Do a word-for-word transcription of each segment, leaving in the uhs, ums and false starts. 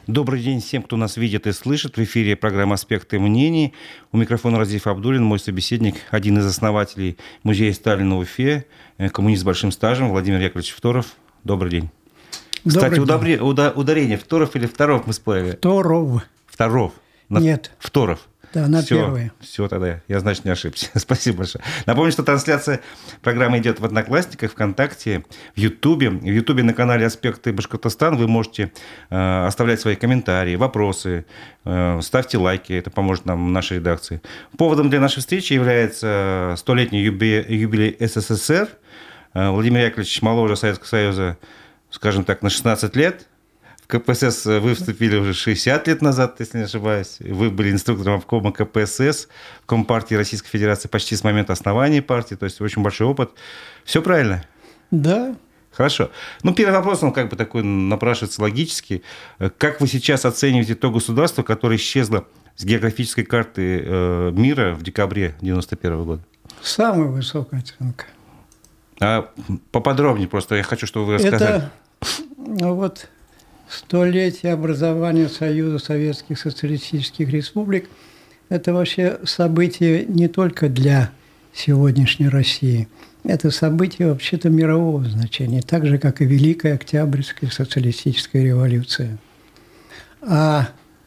Добрый день всем, кто нас видит и слышит. В эфире программа «Аспекты мнений». У микрофона Разиф Абдуллин, мой собеседник, один из основателей музея Сталина в Уфе, коммунист с большим стажем Владимир Яковлевич Второв. Добрый день. Добрый Кстати, день. Уда- ударение Второв или Второв мы спорили? Второв. Второв. На... Нет. Второв. Да, на все, первое. Все тогда, я, значит, не ошибся. Спасибо большое. Напомню, что трансляция программы идет в Одноклассниках, ВКонтакте, в Ютубе. В Ютубе на канале «Аспекты Башкортостана» вы можете э, оставлять свои комментарии, вопросы, э, ставьте лайки, это поможет нам в нашей редакции. Поводом для нашей встречи является столетний юбилей, юбилей СССР. Э, Владимир Яковлевич моложе Советского Союза, скажем так, на шестнадцать лет. В ка пэ эс эс вы вступили уже шестьдесят лет назад, если не ошибаюсь. Вы были инструктором обкома ка пэ эс эс, Компартии Российской Федерации почти с момента основания партии, то есть очень большой опыт. Все правильно? Да. Хорошо. Ну, первый вопрос, он как бы такой напрашивается логически. Как вы сейчас оцениваете то государство, которое исчезло с географической карты мира в декабре девяносто первого года? Самая высокая оценка. А поподробнее просто, я хочу, чтобы вы рассказали. Это вот... Столетие образования Союза Советских Социалистических Республик – это вообще событие не только для сегодняшней России. Это событие вообще-то мирового значения, так же, как и Великая Октябрьская социалистическая революция. А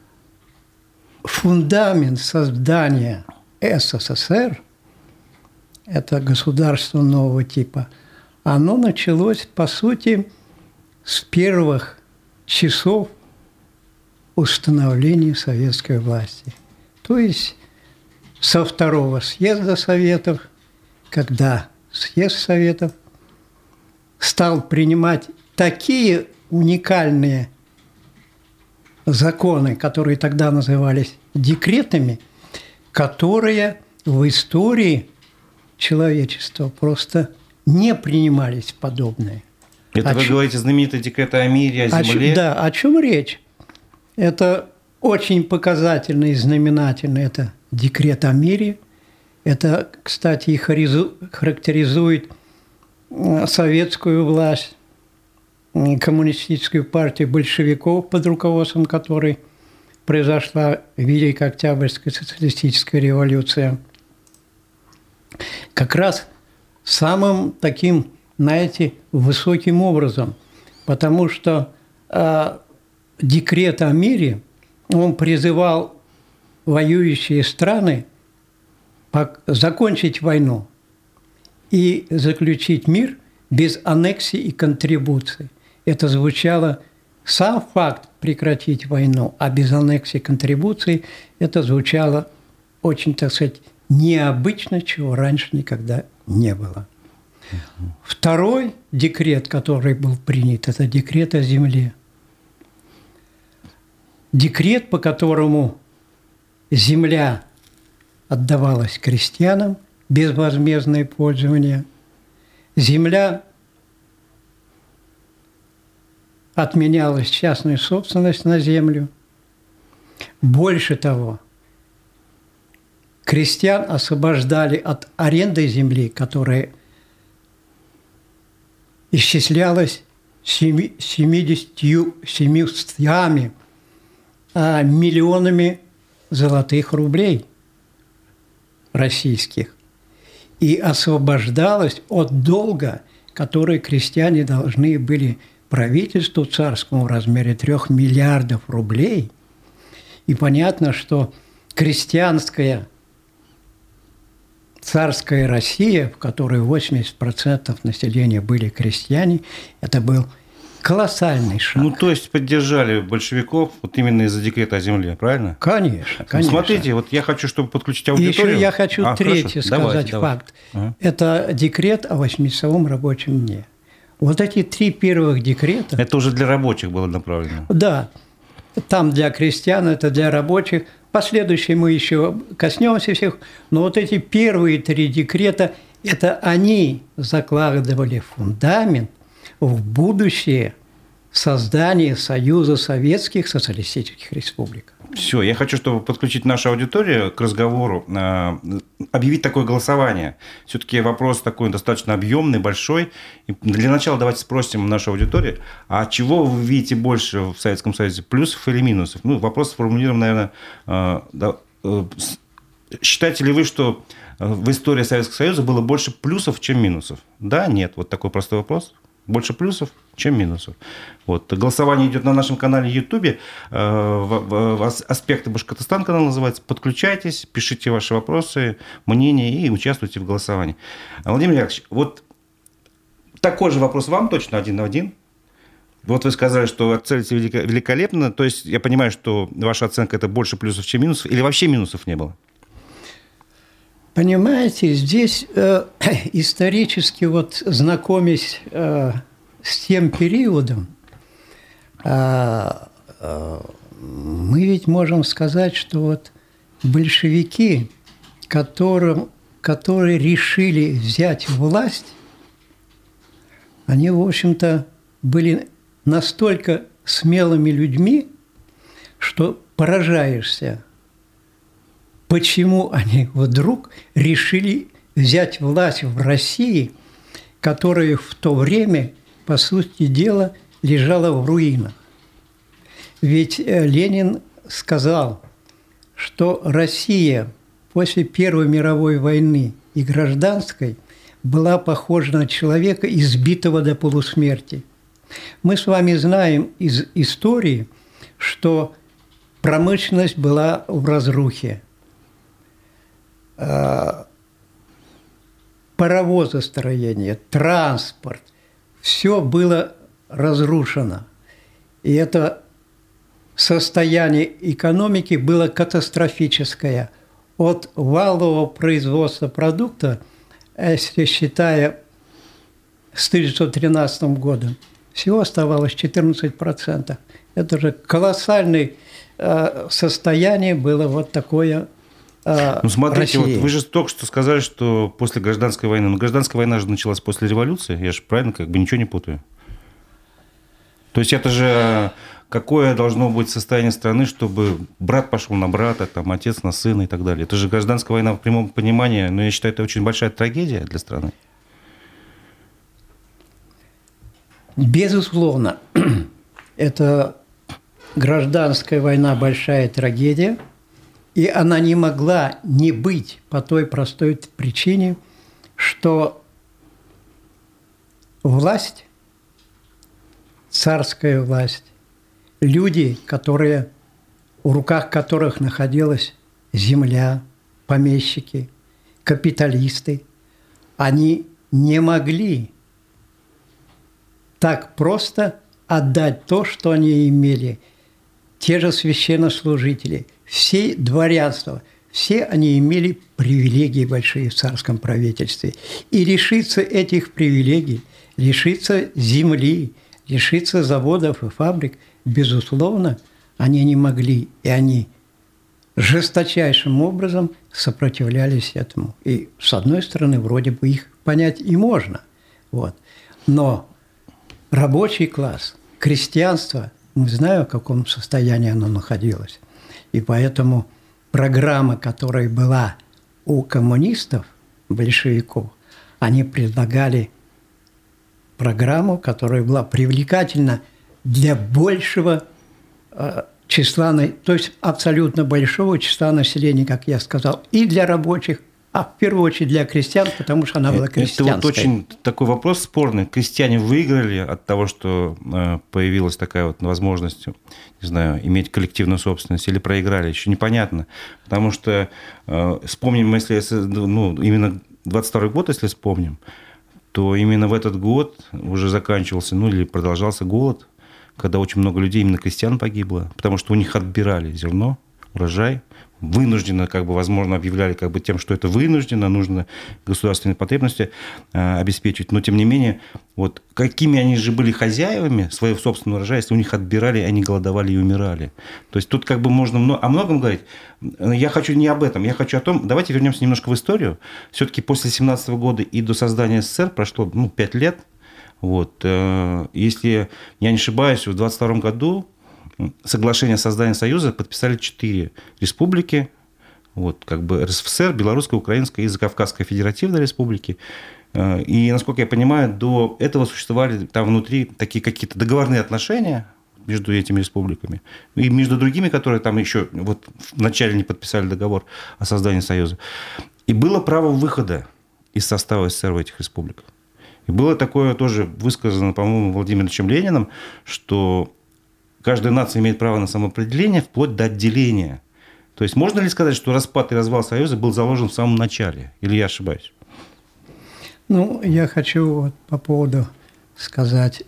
фундамент создания эс эс эс эр – это государство нового типа, оно началось, по сути, с первых часов установления советской власти. То есть со второго съезда Советов, когда съезд Советов стал принимать такие уникальные законы, которые тогда назывались декретами, которые в истории человечества просто не принимались подобные. Это о вы чем... говорите знаменитый декрет о мире, о земле? О, да, о чем речь? Это очень показательно и знаменательно. Это декрет о мире. Это, кстати, и характеризует советскую власть, коммунистическую партию большевиков, под руководством которой произошла Великая Октябрьская социалистическая революция. Как раз самым таким, знаете, высоким образом, потому что э, декрет о мире, он призывал воюющие страны закончить войну и заключить мир без аннексий и контрибуций. Это звучало, сам факт прекратить войну, а без аннексий и контрибуций, это звучало очень, так сказать, необычно, чего раньше никогда не было. Второй декрет, который был принят, это декрет о земле. Декрет, по которому земля отдавалась крестьянам, безвозмездное пользование. Земля отменялась частная собственность на землю. Больше того, крестьян освобождали от аренды земли, которая исчислялась семьюдесятью семью миллионами золотых рублей российских и освобождалась от долга, который крестьяне должны были правительству царскому в размере трех миллиардов рублей. И понятно, что крестьянская царская Россия, в которой восемьдесят процентов населения были крестьяне, это был колоссальный шаг. Ну, то есть поддержали большевиков вот именно из-за декрета о земле, правильно? Конечно, конечно. Смотрите, вот я хочу, чтобы подключить аудиторию. Еще я хочу а, третий хорошо. сказать давайте, факт. Давайте. Ага. Это декрет о восьмичасовом рабочем дне. Вот эти три первых декрета... Это уже для рабочих было направлено. Да. Там для крестьян, это для рабочих. Последующие мы еще коснемся всех. Но вот эти первые три декрета, это они закладывали фундамент в будущее создание Союза Советских Социалистических Республик. Все, я хочу, чтобы подключить нашу аудиторию к разговору, объявить такое голосование. Все-таки вопрос такой достаточно объемный, большой. И для начала давайте спросим нашу аудиторию, а чего вы видите больше в Советском Союзе, плюсов или минусов? Ну, вопрос сформулирован, наверное, да, считаете ли вы, что в истории Советского Союза было больше плюсов, чем минусов? Да, нет? Вот такой простой вопрос. Больше плюсов, чем минусов. Вот. Голосование идет на нашем канале YouTube. «Аспекты Башкортостана» канал называется. Подключайтесь, пишите ваши вопросы, мнения и участвуйте в голосовании. Владимир Яковлевич, вот такой же вопрос вам точно один на один. Вот вы сказали, что оцените великолепно. То есть я понимаю, что ваша оценка – это больше плюсов, чем минусов, или вообще минусов не было? Понимаете, здесь э, исторически, вот знакомясь э, с тем периодом, э, э, мы ведь можем сказать, что вот большевики, которым, которые решили взять власть, они, в общем-то, были настолько смелыми людьми, что поражаешься, почему они вдруг решили взять власть в России, которая в то время, по сути дела, лежала в руинах. Ведь Ленин сказал, что Россия после Первой мировой войны и гражданской была похожа на человека, избитого до полусмерти. Мы с вами знаем из истории, что промышленность была в разрухе. Паровозостроение, транспорт, все было разрушено. И это состояние экономики было катастрофическое. От валового производства продукта, если считая с тысяча девятьсот тринадцатым годом, всего оставалось четырнадцать процентов. Это же колоссальное состояние было вот такое. Ну, смотрите, вот вы же только что сказали, что после гражданской войны. Но гражданская война же началась после революции. Я же правильно как бы ничего не путаю. То есть это же какое должно быть состояние страны, чтобы брат пошел на брата, там, отец на сына и так далее. Это же гражданская война в прямом понимании. Но я считаю, это очень большая трагедия для страны. Безусловно, это гражданская война большая трагедия. И она не могла не быть по той простой причине, что власть, царская власть, люди, которые, в руках которых находилась земля, помещики, капиталисты, они не могли так просто отдать то, что они имели. Те же священнослужители, все дворянства, все они имели привилегии большие в царском правительстве. И лишиться этих привилегий, лишиться земли, лишиться заводов и фабрик, безусловно, они не могли. И они жесточайшим образом сопротивлялись этому. И, с одной стороны, вроде бы их понять и можно. Вот. Но рабочий класс, крестьянство, мы знаем, в каком состоянии оно находилось. И поэтому программа, которая была у коммунистов, большевиков, они предлагали программу, которая была привлекательна для большего э, числа, то есть абсолютно большого числа населения, как я сказал, и для рабочих, а в первую очередь для крестьян, потому что она была крестьянской. Это вот очень такой вопрос спорный. Крестьяне выиграли от того, что появилась такая вот возможность, не знаю, иметь коллективную собственность, или проиграли, еще непонятно. Потому что вспомним, если ну, именно двадцать второй год, если вспомним, то именно в этот год уже заканчивался, ну или продолжался голод, когда очень много людей, именно крестьян, погибло, потому что у них отбирали зерно, урожай, вынужденно, как бы, возможно, объявляли как бы тем, что это вынужденно, нужно государственные потребности э, обеспечивать. Но, тем не менее, вот какими они же были хозяевами своего собственного урожая, если у них отбирали, они голодовали и умирали. То есть тут как бы можно много, о многом говорить. Я хочу не об этом, я хочу о том, давайте вернемся немножко в историю. Все-таки после семнадцатого года и до создания СССР прошло ну, пять лет. Вот. Э, если я не ошибаюсь, в двадцать втором году соглашение о создании Союза подписали четыре республики. Вот, как бы РСФСР, Белорусская, Украинская и Закавказская Федеративная Республики. И, насколько я понимаю, до этого существовали там внутри такие какие-то договорные отношения между этими республиками и между другими, которые там еще вот вначале не подписали договор о создании Союза. И было право выхода из состава СССР в этих республиках. И было такое тоже высказано, по-моему, Владимиром Ильичем Лениным, что каждая нация имеет право на самоопределение вплоть до отделения. То есть можно ли сказать, что распад и развал Союза был заложен в самом начале? Или я ошибаюсь? Ну, я хочу вот по поводу сказать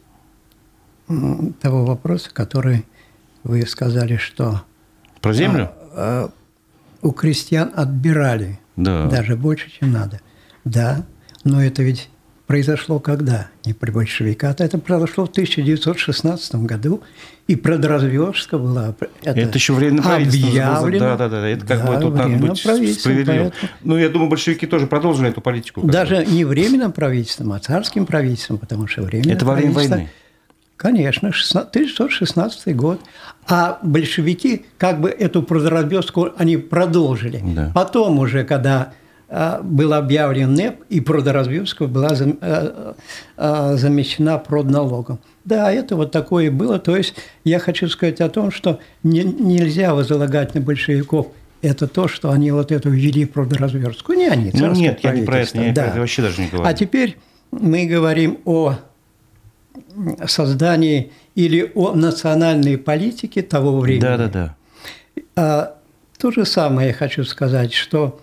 того вопроса, который вы сказали, что... Про землю? А, а, у крестьян отбирали, да. Даже больше, чем надо. Да, но это ведь произошло когда? Не при большевиках. Это произошло в тысяча девятьсот шестнадцатом году, и продразверстка была... Это, это еще временное правительство. Да, да, да. Это как да, бы тут надо быть справедливым. Поэтому... Ну, я думаю, большевики тоже продолжили эту политику. Даже не временным правительством, а царским правительством, потому что временное это во время войны. Конечно, тысяча девятьсот шестнадцатый год. А большевики как бы эту продразверстку они продолжили. Да. Потом уже, когда а, был объявлен НЭП, и продразверстка была зам, а, а, замещена продналогом. Да, это вот такое и было. То есть я хочу сказать о том, что не, нельзя возлагать на большевиков это то, что они вот эту ввели продразверстку. Не они, ну, нет, я не про это, я да. про это вообще даже не говорю. А теперь мы говорим о создании или о национальной политике того времени. Да, да, да. А, то же самое я хочу сказать, что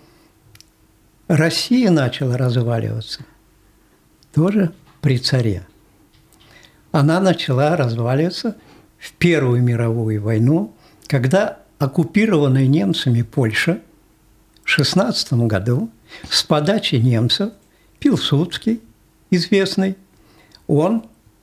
Россия начала разваливаться тоже при царе. Она начала разваливаться в Первую мировую войну, когда оккупированная немцами Польша в шестнадцатом году с подачи немцев Пилсудский, известный, он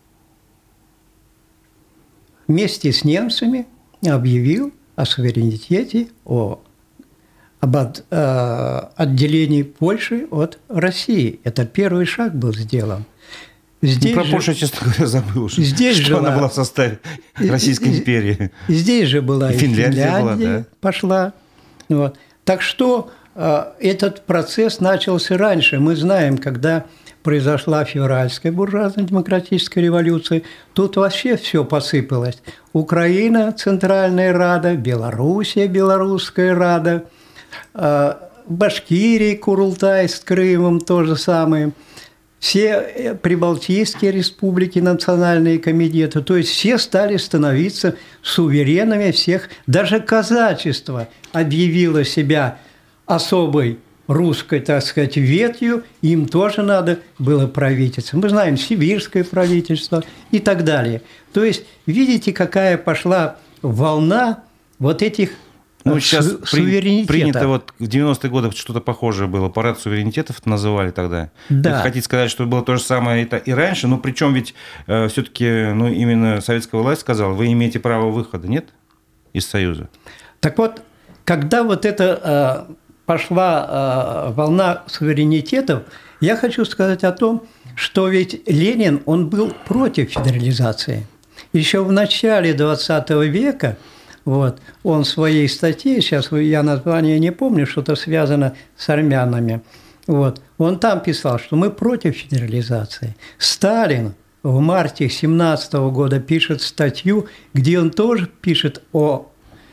вместе с немцами объявил о суверенитете, о, об от, э, отделении Польши от России. Это первый шаг был сделан. Здесь ну, про же, Польшу, честно говоря, забыл уже, здесь что жила, она была в составе Российской и, империи. Здесь же была и Финляндия, Финляндия была, да? пошла. Вот. Так что э, этот процесс начался раньше. Мы знаем, когда произошла февральская буржуазно-демократическая революция, тут вообще все посыпалось. Украина, Центральная Рада, Белоруссия, Белорусская Рада, э, Башкирия, Курултай с Крымом, то же самое. Все прибалтийские республики, национальные комитеты, то есть все стали становиться суверенами всех. Даже казачество объявило себя особой русской, так сказать, ветвью, им тоже надо было правительство. Мы знаем сибирское правительство и так далее. То есть, видите, какая пошла волна вот этих ну, сейчас суверенитета. Принято вот в девяностые годы что-то похожее было. Парад суверенитетов это называли тогда. Да. Вы хотите сказать, что было то же самое и раньше, но причем ведь э, все-таки ну, именно советская власть сказала, вы имеете право выхода, нет? Из Союза. Так вот, когда вот эта э, пошла э, волна суверенитетов, я хочу сказать о том, что ведь Ленин, он был против федерализации. Еще в начале двадцатого века вот, он в своей статье, сейчас я название не помню, что-то связано с армянами, вот, он там писал, что мы против федерализации. Сталин в марте семнадцатого года пишет статью, где он тоже пишет о,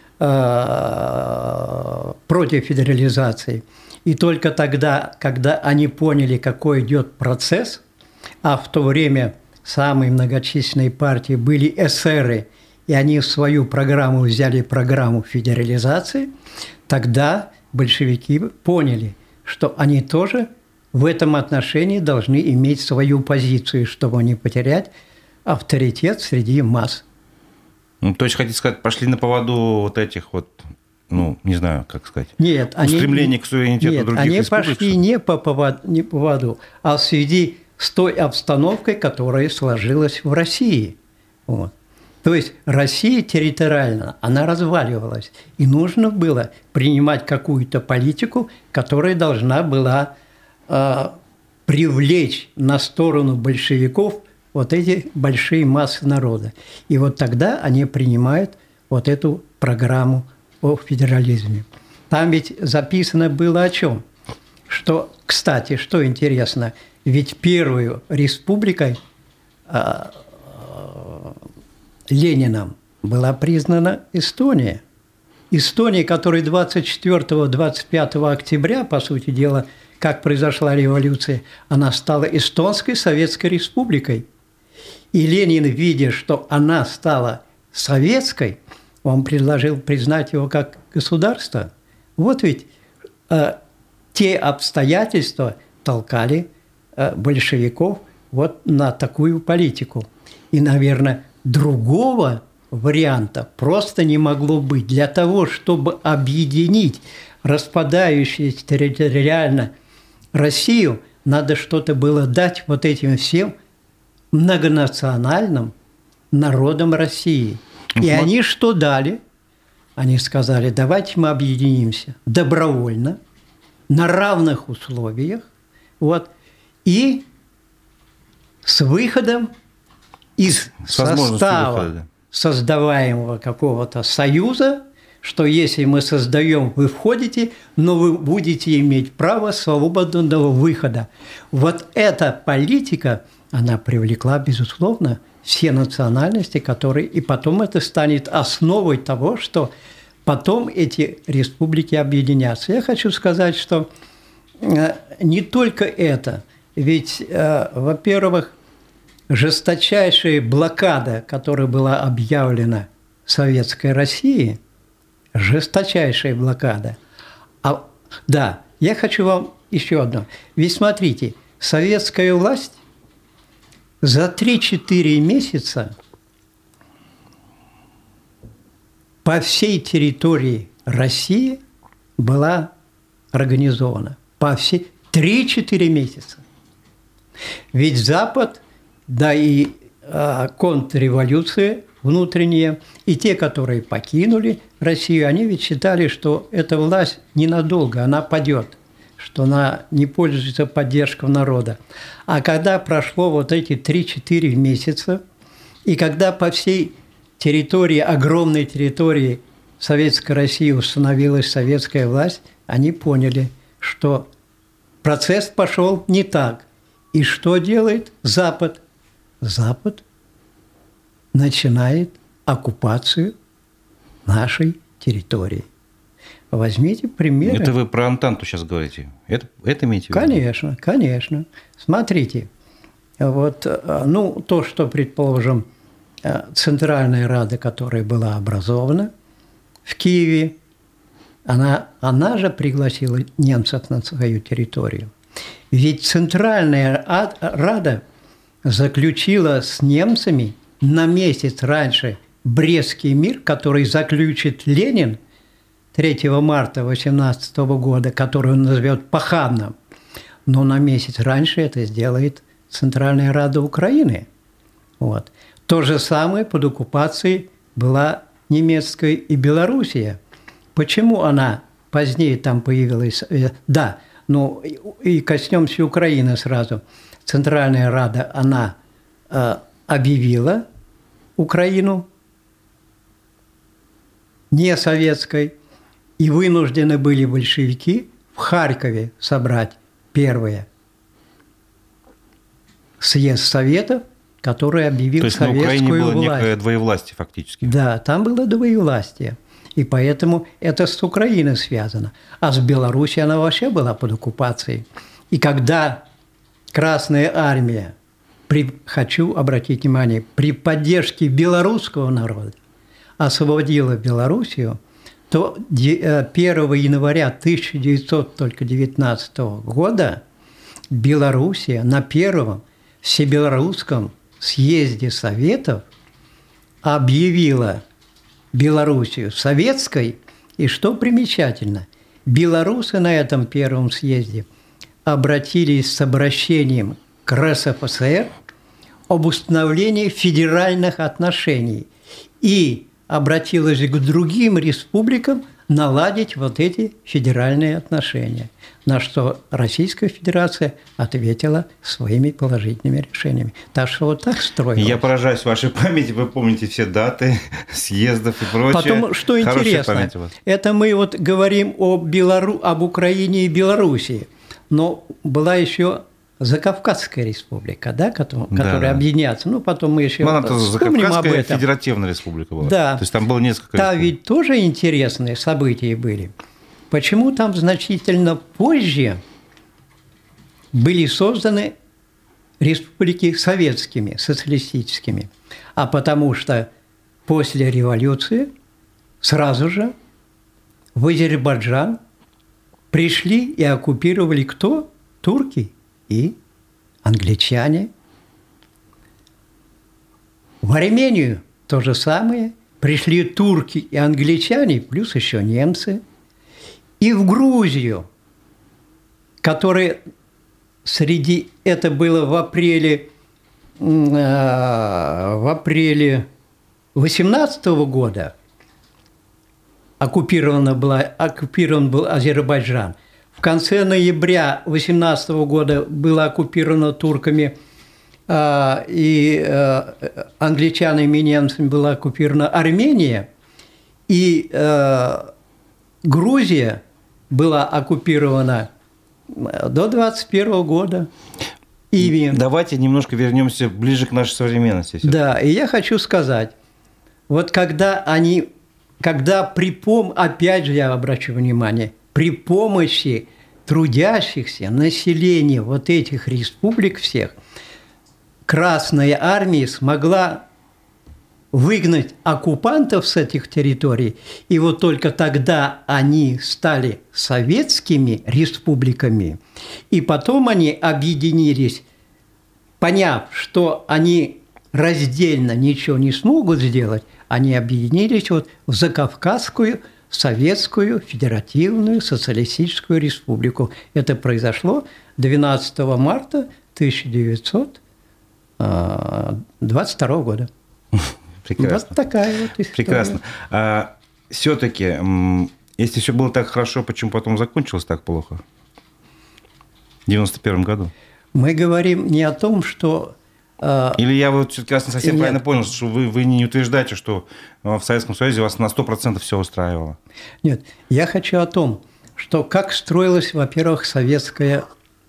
э, против федерализации. И только тогда, когда они поняли, какой идет процесс, а в то время самой многочисленной партией были эсеры, и они в свою программу взяли программу федерализации, тогда большевики поняли, что они тоже в этом отношении должны иметь свою позицию, чтобы не потерять авторитет среди масс. Ну, то есть, хотите сказать, пошли на поводу вот этих вот, ну, не знаю, как сказать, нет, устремлений они, к суверенитету нет, других они республик? Они пошли не по поводу, не по поводу, а в связи с той обстановкой, которая сложилась в России. Вот. То есть Россия территориально, она разваливалась, и нужно было принимать какую-то политику, которая должна была э, привлечь на сторону большевиков вот эти большие массы народа. И вот тогда они принимают вот эту программу о федерализме. Там ведь записано было о чем? Что, кстати, что интересно, ведь первую республикой э, э, Лениным была признана Эстония. Эстония, которая двадцать четвёртого — двадцать пятого октября, по сути дела, как произошла революция, она стала Эстонской Советской Республикой. И Ленин, видя, что она стала советской, он предложил признать его как государство. Вот ведь э, те обстоятельства толкали э, большевиков вот на такую политику. И, наверное, другого варианта просто не могло быть. Для того, чтобы объединить распадающуюся территориально Россию, надо что-то было дать вот этим всем многонациональным народам России. И Ну, они что дали? Они сказали, давайте мы объединимся добровольно, на равных условиях, вот, и с выходом из С возможностью состава выхода, да. создаваемого какого-то союза, что если мы создаем, вы входите, но вы будете иметь право свободного выхода. Вот эта политика, она привлекла, безусловно, все национальности, которые... И потом это станет основой того, что потом эти республики объединятся. Я хочу сказать, что не только это. Ведь, во-первых, жесточайшая блокада, которая была объявлена Советской Россией, жесточайшая блокада. А, да, я хочу вам еще одно. Ведь смотрите, советская власть за три-четыре месяца по всей территории России была организована. По всей три-четыре месяца. Ведь Запад, да и э, контрреволюция внутренняя, и те, которые покинули Россию, они ведь считали, что эта власть ненадолго, она падет, что она не пользуется поддержкой народа. А когда прошло вот эти три-четыре месяца, и когда по всей территории, огромной территории Советской России установилась советская власть, они поняли, что процесс пошел не так. И что делает Запад? Запад начинает оккупацию нашей территории. Возьмите примеры. Это вы про Антанту сейчас говорите? Это, это имеете в виду? Конечно, конечно. Смотрите, вот, ну, то, что, предположим, Центральная Рада, которая была образована в Киеве, она, она же пригласила немцев на свою территорию. Ведь Центральная Рада заключила с немцами на месяц раньше Брестский мир, который заключит Ленин третьего марта восемнадцатого года, который он назовет похабным, но на месяц раньше это сделает Центральная Рада Украины. Вот. То же самое под оккупацией была немецкая и Белоруссия. Почему она позднее там появилась? Да, ну и коснемся Украины сразу. Центральная Рада, она э, объявила Украину не советской, и вынуждены были большевики в Харькове собрать первое съезд Советов, который объявил советскую власть. То есть на Украине было некое двоевластие фактически. Да, там было двоевластие. И поэтому это с Украиной связано. А с Белоруссией она вообще была под оккупацией. И когда Красная Армия, при, хочу обратить внимание, при поддержке белорусского народа освободила Белоруссию, то первого января тысяча девятьсот девятнадцатого года Белоруссия на первом всебелорусском съезде Советов объявила Белоруссию советской. И что примечательно, белорусы на этом первом съезде обратились с обращением к РСФСР об установлении федеральных отношений и обратилась к другим республикам наладить вот эти федеральные отношения, на что Российская Федерация ответила своими положительными решениями. Так что вот так строилось. Я поражаюсь вашей памяти, вы помните все даты съездов и прочее. Потом, что интересно, это мы вот говорим о Белору... об Украине и Белоруссии, но была еще Закавказская республика, да, которая, да, которая объединяется. Ну, потом мы еще ну, вспомним об этом. Закавказская федеративная республика была. Да. То есть там было несколько Там республик. ведь тоже интересные события были. Почему там значительно позже были созданы республики советскими, социалистическими? А потому что после революции сразу же в Азербайджан пришли и оккупировали кто? Турки и англичане. В Армению то же самое. Пришли турки и англичане, плюс еще немцы. И в Грузию, которая среди... Это было в апреле... В апреле восемнадцатого года оккупирована была, оккупирован был Азербайджан. В конце ноября восемнадцатого года было оккупировано турками э, и э, англичанами и немцами была оккупирована Армения, и э, Грузия была оккупирована до двадцать первого года. Ими. Давайте немножко вернемся ближе к нашей современности. Да, и я хочу сказать, вот когда они, когда при пом... опять же я обращу внимание, при помощи трудящихся населения вот этих республик всех, Красная Армия смогла выгнать оккупантов с этих территорий, и вот только тогда они стали советскими республиками, и потом они объединились, поняв, что они раздельно ничего не смогут сделать, они объединились вот в Закавказскую Советскую Федеративную Социалистическую Республику. Это произошло двенадцатого марта тысяча девятьсот двадцать второго года. Прекрасно. Вот такая вот история. Прекрасно. А, все-таки, если все было так хорошо, почему потом закончилось так плохо? В девяносто первом году. Мы говорим не о том, что... Э, Или я вот все-таки не совсем нет. правильно понял, что вы, вы не утверждаете, что в Советском Союзе вас на сто процентов все устраивало. Нет, я хочу о том, что как строилась, во-первых, советская...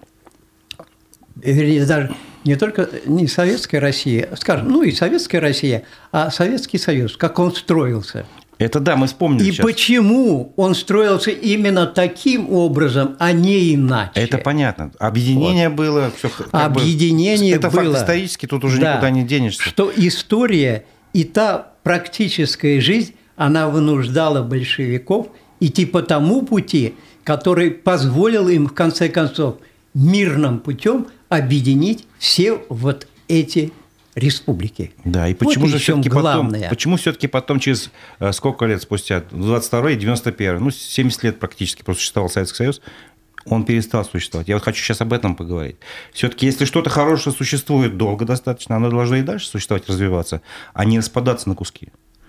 Вернее, даже не только не советская Россия, скажем, ну и советская Россия, а Советский Союз, как он строился. Это да, мы вспомнили И сейчас. почему он строился именно таким образом, а не иначе. Это понятно. Объединение вот. было. Все, Объединение бы, это было. Это факт исторический, тут уже да. никуда не денешься. Что история и та практическая жизнь, она вынуждала большевиков идти по тому пути, который позволил им, в конце концов, мирным путем объединить все вот эти республики. Да, и почему вот же все-таки главное. потом, почему все-таки потом через сколько лет спустя, двадцать второй и девяносто первый, ну, семьдесят лет практически просто существовал Советский Союз, он перестал существовать. Я вот хочу сейчас об этом поговорить. Все-таки, если что-то хорошее существует долго достаточно, оно должно и дальше существовать, развиваться, а не распадаться на куски.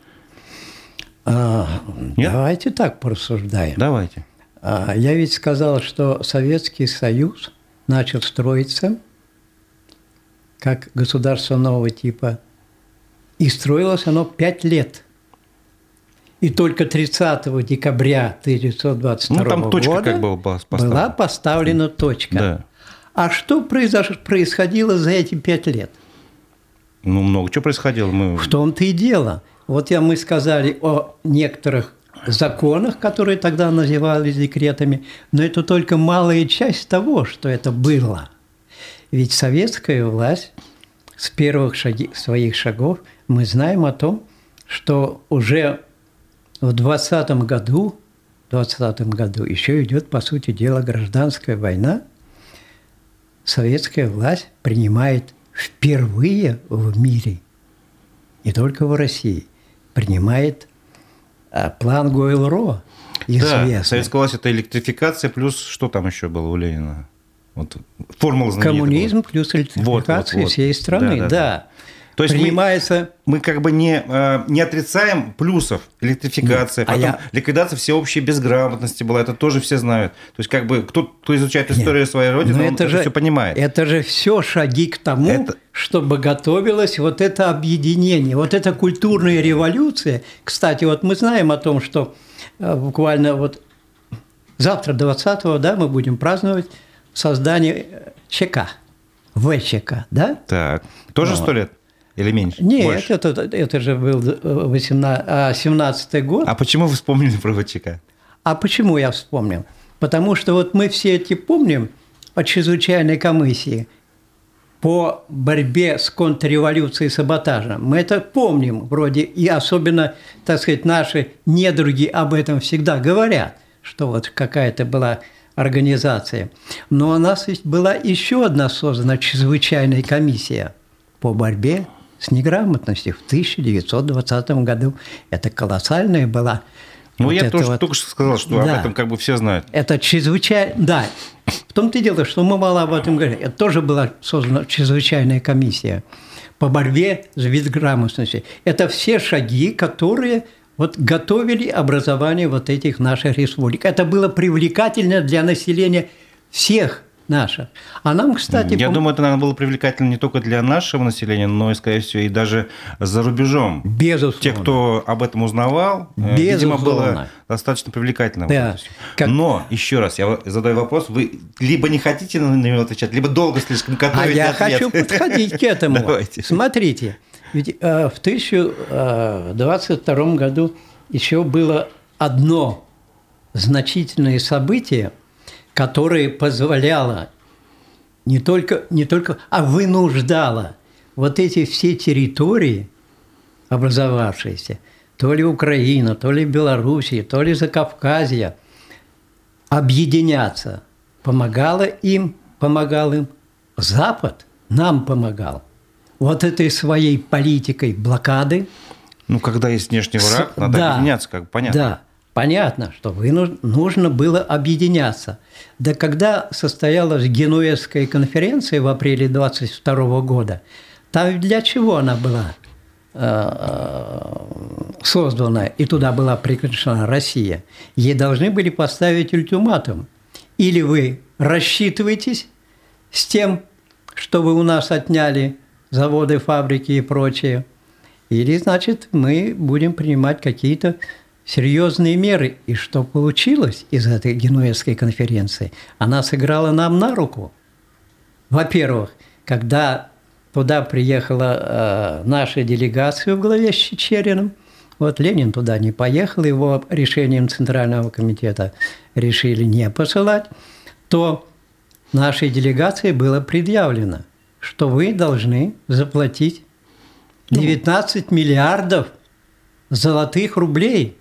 А, давайте так порассуждаем. Давайте. А, я ведь сказал, что Советский Союз начал строиться как государство нового типа, и строилось оно пять лет. И только тридцатого декабря тысяча девятьсот двадцать второго ну, там точка года как бы была поставлена. была поставлена точка. Да. А что произошло, происходило за эти пять лет? Ну, много чего происходило. Мы... В том-то и дело. Вот я, мы сказали о некоторых законах, которые тогда назывались декретами, но это только малая часть того, что это было. Ведь советская власть с первых шаги, своих шагов, мы знаем о том, что уже в двадцатом году, двадцатом году еще идет, по сути дела, гражданская война. Советская власть принимает впервые в мире, не только в России, принимает план Гойл-Ро, известный. Да, советская власть – это электрификация, плюс что там еще было у Ленина? Вот формула знаменитая. Коммунизм плюс электрификация вот, вот, вот. всей страны, да, да, да. То есть принимается... мы, мы как бы не, не отрицаем плюсов электрификации, потом а я... ликвидация всеобщей безграмотности была, это тоже все знают. То есть как бы кто, кто изучает историю Нет. своей родины, он это, это же, все понимает. Это же все шаги к тому, это... чтобы готовилось вот это объединение, вот эта культурная революция. Кстати, вот мы знаем о том, что буквально вот завтра, двадцатого, да, мы будем праздновать создание ЧК, ВЧК, да? Так, тоже сто вот. лет? Или меньше? Нет, это, это же был семнадцатый год. А почему вы вспомнили про ВЧК? А почему я вспомнил? Потому что вот мы все эти помним о чрезвычайной комиссии по борьбе с контрреволюцией и саботажем. Мы это помним вроде, и особенно, так сказать, наши недруги об этом всегда говорят, что вот какая-то была организация. Но у нас была еще одна создана чрезвычайная комиссия по борьбе с неграмотностью в тысяча девятьсот двадцатом году. Это колоссальная была. Ну, вот я тоже вот... только что сказал, что да. об этом как бы все знают. Это чрезвычайно... Да. В том-то и дело, что мы мало об этом говорим. Это тоже была создана чрезвычайная комиссия по борьбе с безграмотностью. Это все шаги, которые вот готовили образование вот этих наших республик. Это было привлекательно для населения всех наших. А нам, кстати... Я пом... думаю, это, наверное, было привлекательно не только для нашего населения, но и, скорее всего, и даже за рубежом. Безусловно. Те, кто об этом узнавал, Безусловно. видимо, было достаточно привлекательно. Да. Как... Но, еще раз, я задаю вопрос, вы либо не хотите на него отвечать, либо долго слишком готовите А я ответ. хочу подходить к этому. Давайте. Смотрите, ведь э, в тысяча девятьсот двадцать втором году еще было одно значительное событие, которое позволяло не только, не только, а вынуждало вот эти все территории, образовавшиеся, то ли Украина, то ли Белоруссия, то ли Закавказье, объединяться. Помогало им, помогал им Запад, нам помогал. Вот этой своей политикой блокады. Ну, когда есть внешний враг, надо да, объединяться, как понятно. Да. Понятно, что нужно было объединяться. Да когда состоялась Генуэзская конференция в апреле двадцать второго года, там для чего она была создана, и туда была приглашена Россия? Ей должны были поставить ультиматум. Или вы рассчитываетесь с тем, что вы у нас отняли заводы, фабрики и прочее, или, значит, мы будем принимать какие-то серьезные меры. И что получилось из этой Генуэзской конференции? Она сыграла нам на руку. Во-первых, когда туда приехала э, наша делегация в главе с Чичериным, вот Ленин туда не поехал, его решением Центрального комитета решили не посылать, то нашей делегации было предъявлено, что вы должны заплатить девятнадцать миллиардов золотых рублей.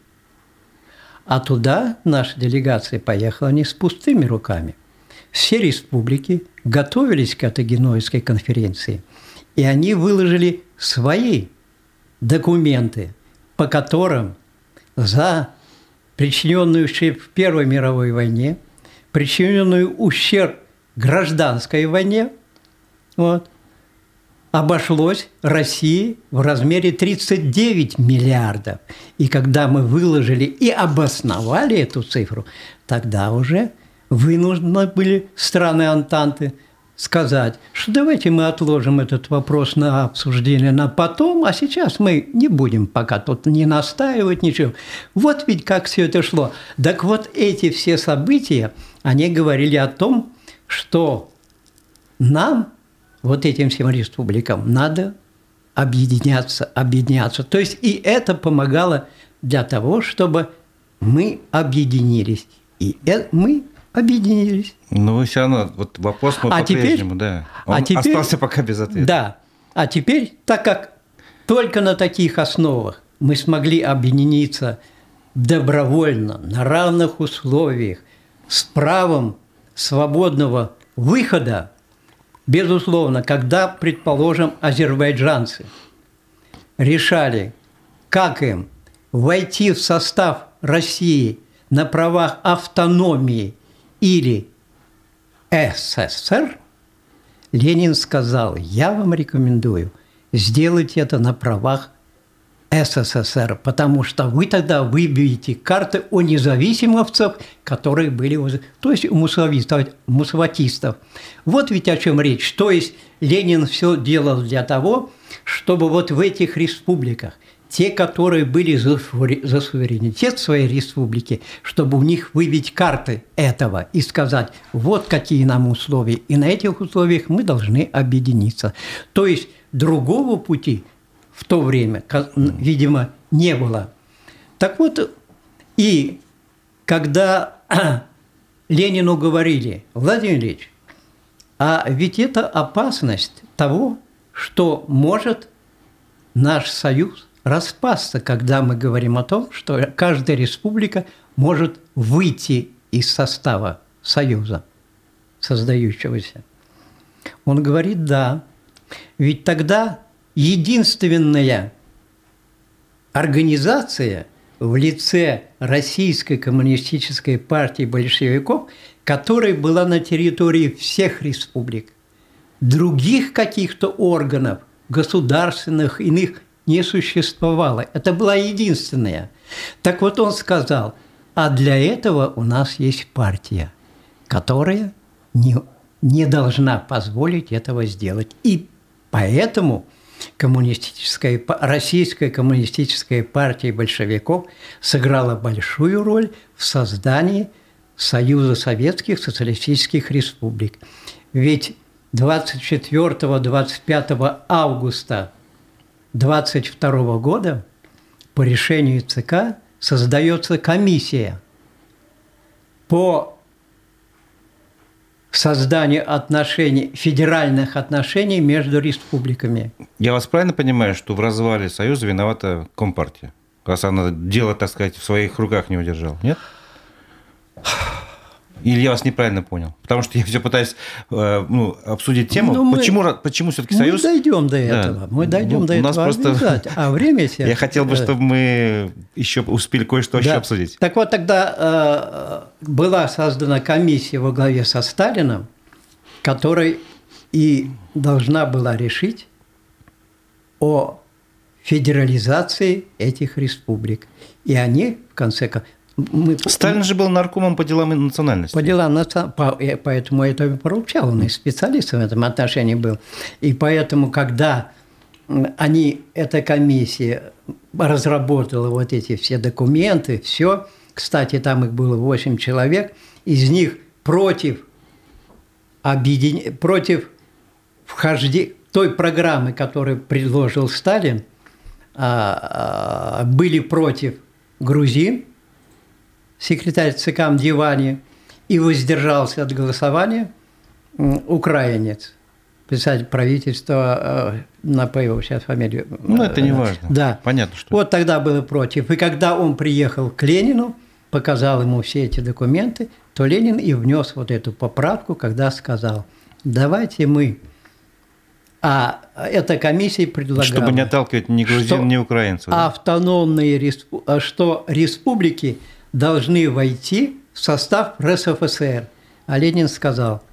А туда наша делегация поехала не с пустыми руками. Все республики готовились к этой Генуэзской конференции, и они выложили свои документы, по которым за причиненный ущерб в Первой мировой войне, причиненный ущерб гражданской войне, вот, обошлось России в размере тридцать девять миллиардов. И когда мы выложили и обосновали эту цифру, тогда уже вынуждены были страны Антанты сказать, что давайте мы отложим этот вопрос на обсуждение на потом, а сейчас мы не будем пока тут не настаивать, ничего. Вот ведь как все это шло. Так вот эти все события, они говорили о том, что нам, вот этим всем республикам, надо объединяться, объединяться. То есть и это помогало для того, чтобы мы объединились. И мы объединились. Но вы все равно, вот вопрос мы а по-прежнему, теперь, да. Он а теперь, остался пока без ответа. Да. А теперь, так как только на таких основах мы смогли объединиться добровольно, на равных условиях, с правом свободного выхода, безусловно, когда, предположим, азербайджанцы решали, как им войти в состав России на правах автономии или СССР, Ленин сказал, я вам рекомендую сделать это на правах СССР, потому что вы тогда выбьете карты у независимовцев, которые были, то есть у мусавистов, мусаватистов. Вот ведь о чем речь. То есть Ленин все делал для того, чтобы вот в этих республиках, те, которые были за, за суверенитет своей республики, чтобы у них выбить карты этого и сказать, вот какие нам условия, и на этих условиях мы должны объединиться. То есть другого пути в то время, видимо, не было. Так вот, и когда Ленину говорили, Владимир Ильич, а ведь это опасность того, что может наш союз распасться, когда мы говорим о том, что каждая республика может выйти из состава союза, создающегося. Он говорит, да, ведь тогда единственная организация в лице Российской коммунистической партии большевиков, которая была на территории всех республик. Других каких-то органов, государственных, иных, не существовало. Это была единственная. Так вот он сказал, а для этого у нас есть партия, которая не, не должна позволить этого сделать. И поэтому коммунистическая, Российская коммунистическая партия большевиков сыграла большую роль в создании Союза Советских Социалистических Республик. Ведь двадцать четвёртого — двадцать пятого августа двадцать второго года по решению ЦК создается комиссия по созданию отношений, федеральных отношений между республиками. Я вас правильно понимаю, что в развале Союза виновата Компартия? Раз она дело, так сказать, в своих руках не удержала, нет? Или я вас неправильно понял? Потому что я все пытаюсь э, ну, обсудить тему, ну, мы, почему, почему все-таки Союз... Мы дойдем до этого, да. мы дойдем ну, до этого просто... А время сейчас... Я хотел бы, чтобы мы еще успели кое-что да. еще обсудить. Так вот, тогда э, была создана комиссия во главе со Сталиным, которая и должна была решить о федерализации этих республик. И они, в конце концов... Мы... Сталин же был наркомом по делам национальности. По делам национальности, поэтому это и поручал, он и специалистом в этом отношении был. И поэтому, когда они, эта комиссия разработала вот эти все документы, все, кстати, там их было восемь человек, из них против, объедин... против вхождения той программы, которую предложил Сталин, были против грузин, секретарь ЦК Мдивани, и воздержался от голосования украинец, председатель правительства, напою сейчас фамилию. Ну, это не важно. Да. Понятно, что. Вот тогда было против. И когда он приехал к Ленину, показал ему все эти документы, то Ленин и внес вот эту поправку, когда сказал, давайте мы... А эта комиссия предлагала... Чтобы не отталкивать ни грузин, ни украинцев. Да? Автономные респу... что республики должны войти в состав РСФСР. А Ленин сказал,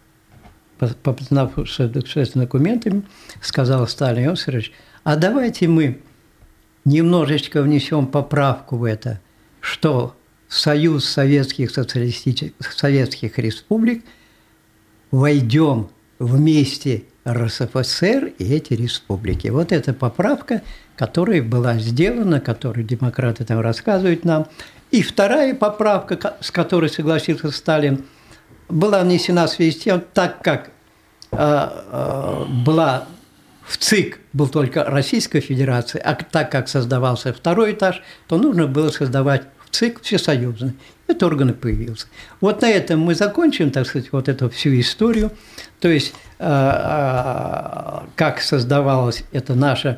познавшись документами, сказал Сталин Иосифович, а давайте мы немножечко внесем поправку в это, что в Союз Советских Социалистических Советских Республик войдем вместе РСФСР и эти республики. Вот эта поправка, которая была сделана, которую демократы там рассказывают нам. И вторая поправка, с которой согласился Сталин, была внесена в связи с тем, так как э, э, была в ЦИК был только Российская Федерация, а так как создавался второй этаж, то нужно было создавать в ЦИК всесоюзный. Этот орган и появился. Вот на этом мы закончим, так сказать, вот эту всю историю. То есть, э, э, как создавалась эта наша...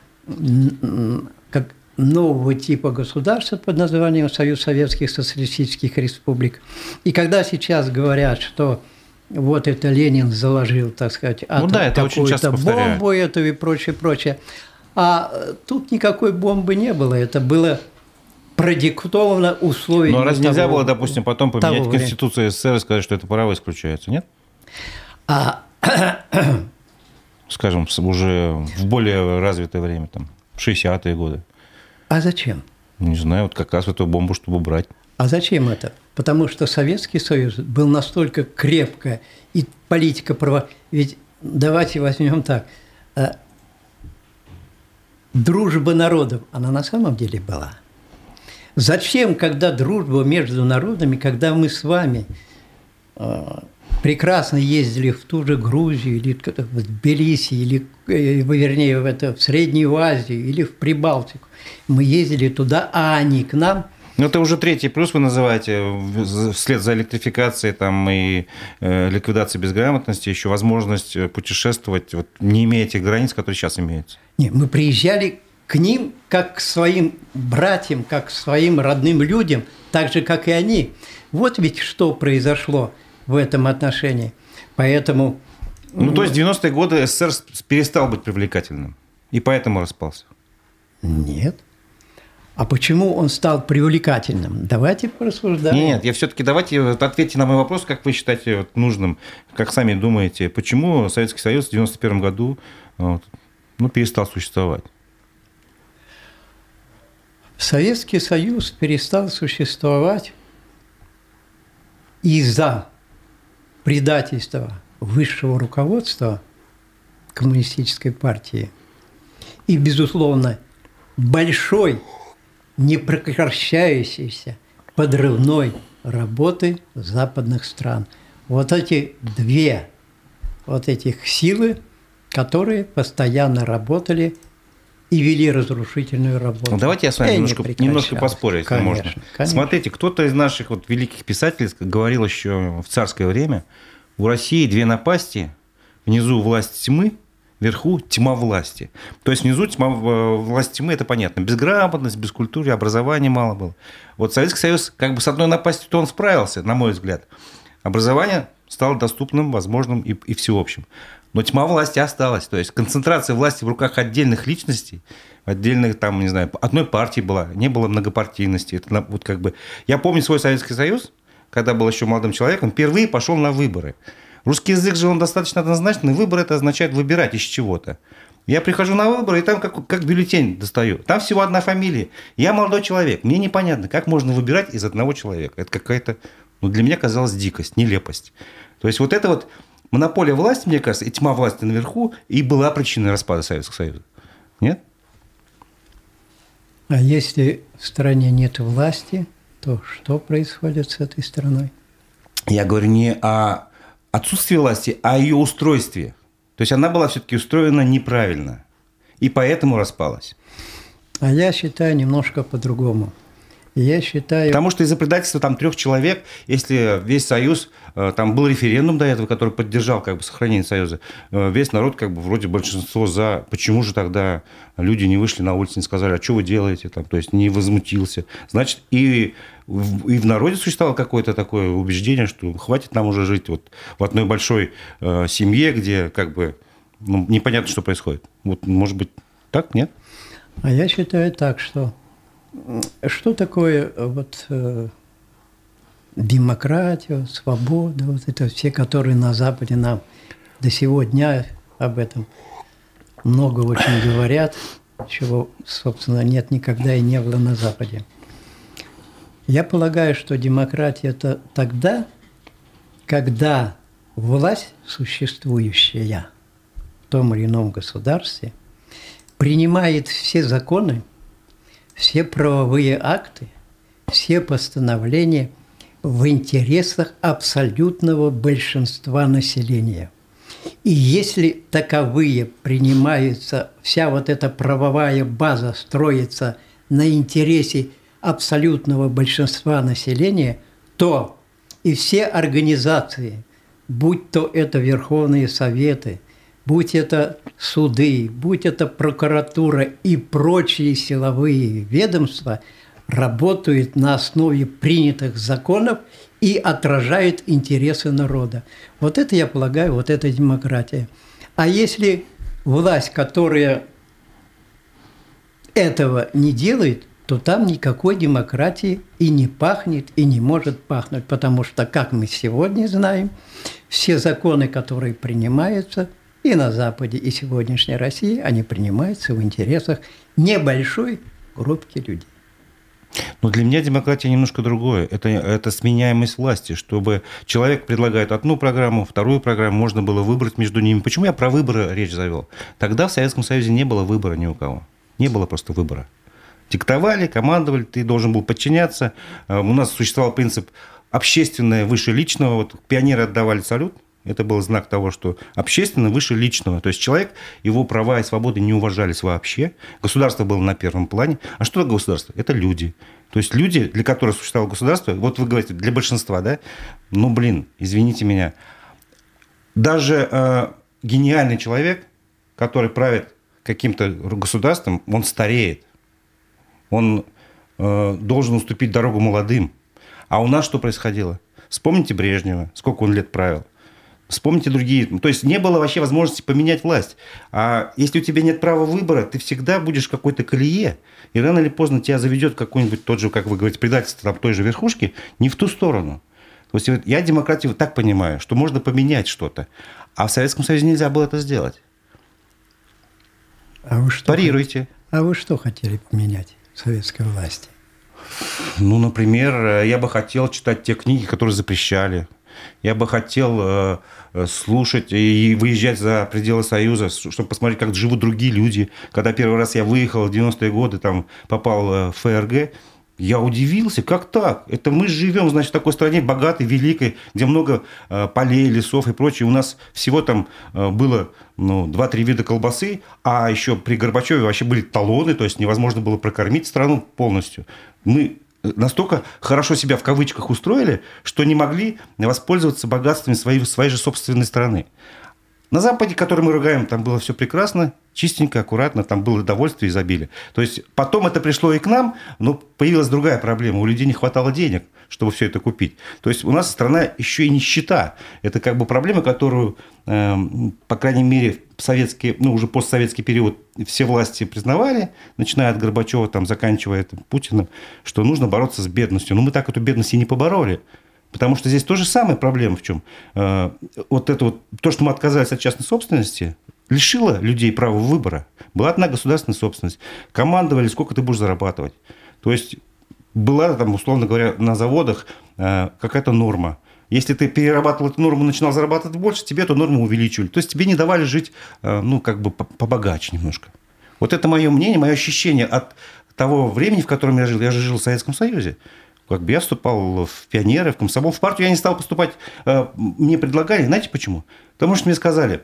как нового типа государства под названием Союз Советских Социалистических Республик. И когда сейчас говорят, что вот это Ленин заложил, так сказать, ну да, какую-то бомбу эту и прочее, прочее, а тут никакой бомбы не было, это было продиктовано условиями. Но раз нельзя того, было, допустим, потом поменять Конституцию СССР и сказать, что это право исключается, нет? А скажем, уже в более развитое время, там, в шестидесятые годы. А зачем? Не знаю, вот как раз эту бомбу, чтобы брать. А зачем это? Потому что Советский Союз был настолько крепко, и политика права... Ведь давайте возьмем так. Дружба народов, она на самом деле была. Зачем, когда дружба между народами, когда мы с вами прекрасно ездили в ту же Грузию, или в Тбилиси, или, вернее, в, это, в Среднюю Азию, или в Прибалтику. Мы ездили туда, а они к нам. Ну, это уже третий плюс вы называете, вслед за электрификацией там, и э, ликвидацией безграмотности, еще возможность путешествовать, вот, не имея тех границ, которые сейчас имеются. Нет, мы приезжали к ним как к своим братьям, как к своим родным людям, так же, как и они. Вот ведь что произошло в этом отношении. Поэтому... Ну, то есть в девяностые годы СССР перестал быть привлекательным, и поэтому распался? Нет. А почему он стал привлекательным? Давайте порассуждаем. Нет, я все-таки давайте ответьте на мой вопрос, как вы считаете вот, нужным, как сами думаете, почему Советский Союз в девяносто первом году вот, ну, перестал существовать? Советский Союз перестал существовать из-за предательства высшего руководства коммунистической партии и, безусловно, большой, непрекращающейся подрывной работы западных стран. Вот эти две вот этих силы, которые постоянно работали и вели разрушительную работу. Давайте я с вами немножко, немножко поспорю, если конечно, можно. Конечно. Смотрите, кто-то из наших вот великих писателей говорил еще в царское время, у России две напасти, внизу власть тьмы, вверху тьма власти. То есть внизу тьма, власть тьмы, это понятно. Безграмотность, бескультуре, образования мало было. Вот Советский Союз, как бы с одной напастью-то он справился, на мой взгляд. Образование стало доступным, возможным и, и всеобщим. Но тьма власти осталась. То есть концентрация власти в руках отдельных личностей, отдельных, там, не знаю, одной партии была, не было многопартийности. Это вот как бы... Я помню свой Советский Союз, когда был еще молодым человеком, впервые пошел на выборы. Русский язык же он достаточно однозначный. Выбор – это означает выбирать из чего-то. Я прихожу на выборы, и там как, как бюллетень достаю. Там всего одна фамилия. Я молодой человек. Мне непонятно, как можно выбирать из одного человека. Это какая-то, ну, для меня казалась дикость, нелепость. То есть вот это вот монополия власти, мне кажется, и тьма власти наверху, и была причиной распада Советского Союза. Нет? А если в стране нет власти, то что происходит с этой страной? Я говорю не о отсутствии власти, а о ее устройстве. То есть она была все-таки устроена неправильно, и поэтому распалась. А я считаю немножко по-другому. Я считаю... Потому что из-за предательства там трех человек, если весь Союз, там был референдум до этого, который поддержал как бы сохранение Союза, весь народ, как бы вроде большинство за, почему же тогда люди не вышли на улицу, не сказали, а что вы делаете, там, то есть не возмутился. Значит, и, и в народе существовало какое-то такое убеждение, что хватит нам уже жить вот в одной большой э, семье, где как бы ну, непонятно, что происходит. Вот, может быть, так, нет? А я считаю так, что что такое вот, э, демократия, свобода, вот это все, которые на Западе нам до сего дня об этом много очень говорят, чего, собственно, нет никогда и не было на Западе. Я полагаю, что демократия – это тогда, когда власть, существующая в том или ином государстве, принимает все законы, все правовые акты, все постановления в интересах абсолютного большинства населения. И если таковые принимаются, вся вот эта правовая база строится на интересе абсолютного большинства населения, то и все организации, будь то это Верховные Советы, будь это суды, будь это прокуратура и прочие силовые ведомства, работают на основе принятых законов и отражают интересы народа. Вот это, я полагаю, вот это демократия. А если власть, которая этого не делает, то там никакой демократии и не пахнет, и не может пахнуть, потому что, как мы сегодня знаем, все законы, которые принимаются, и на Западе, и сегодняшней России, они принимаются в интересах небольшой группки людей. Но для меня демократия немножко другое. Это, это сменяемость власти, чтобы человек предлагает одну программу, вторую программу, можно было выбрать между ними. Почему я про выборы речь завел? Тогда в Советском Союзе не было выбора ни у кого. Не было просто выбора. Диктовали, командовали, ты должен был подчиняться. У нас существовал принцип общественное выше личного. Вот пионеры отдавали салют. Это был знак того, что общественно выше личного. То есть человек, его права и свободы не уважались вообще. Государство было на первом плане. А что такое государство? Это люди. То есть люди, для которых существовало государство, вот вы говорите, для большинства, да? Ну, блин, извините меня. Даже э, гениальный человек, который правит каким-то государством, он стареет. Он э, должен уступить дорогу молодым. А у нас что происходило? Вспомните Брежнева, сколько он лет правил. Вспомните другие. То есть не было вообще возможности поменять власть. А если у тебя нет права выбора, ты всегда будешь в какой-то колее. И рано или поздно тебя заведет какой-нибудь тот же, как вы говорите, предательство там, той же верхушки, не в ту сторону. То есть я демократию так понимаю, что можно поменять что-то. А в Советском Союзе нельзя было это сделать. А вы что Парируйте. А вы что хотели поменять в советской власти? Ну, например, я бы хотел читать те книги, которые запрещали. Я бы хотел э, слушать и выезжать за пределы Союза, чтобы посмотреть, как живут другие люди. Когда первый раз я выехал в девяностые годы, там, попал в ФРГ, я удивился, как так? Это мы живем, значит, в такой стране богатой, великой, где много э, полей, лесов и прочее. У нас всего там э, было ну, два-три вида колбасы, а еще при Горбачеве вообще были талоны, то есть невозможно было прокормить страну полностью. Мы настолько хорошо себя в кавычках устроили, что не могли воспользоваться богатствами своей, своей же собственной страны. На Западе, который мы ругаем, там было все прекрасно, чистенько, аккуратно, там было довольствие и изобилие. То есть потом это пришло и к нам, но появилась другая проблема. У людей не хватало денег, чтобы все это купить. То есть у нас страна еще и нищета. Это как бы проблема, которую, э, по крайней мере, в советский, ну, уже постсоветский период все власти признавали, начиная от Горбачева, там, заканчивая это, Путиным, что нужно бороться с бедностью. Но мы так эту бедность и не побороли. Потому что здесь тоже самая проблема в чем? Э, вот это вот, то, что мы отказались от частной собственности, лишило людей права выбора. Была одна государственная собственность. Командовали, сколько ты будешь зарабатывать. То есть была там, условно говоря, на заводах э, какая-то норма. Если ты перерабатывал эту норму, начинал зарабатывать больше, тебе эту норму увеличивали. То есть тебе не давали жить, э, ну, как бы побогаче немножко. Вот это мое мнение, мое ощущение от того времени, в котором я жил. Я же жил в Советском Союзе. Как бы я вступал в пионеры, в комсомол, в партию. Я не стал поступать. Мне предлагали, знаете почему? Потому что мне сказали,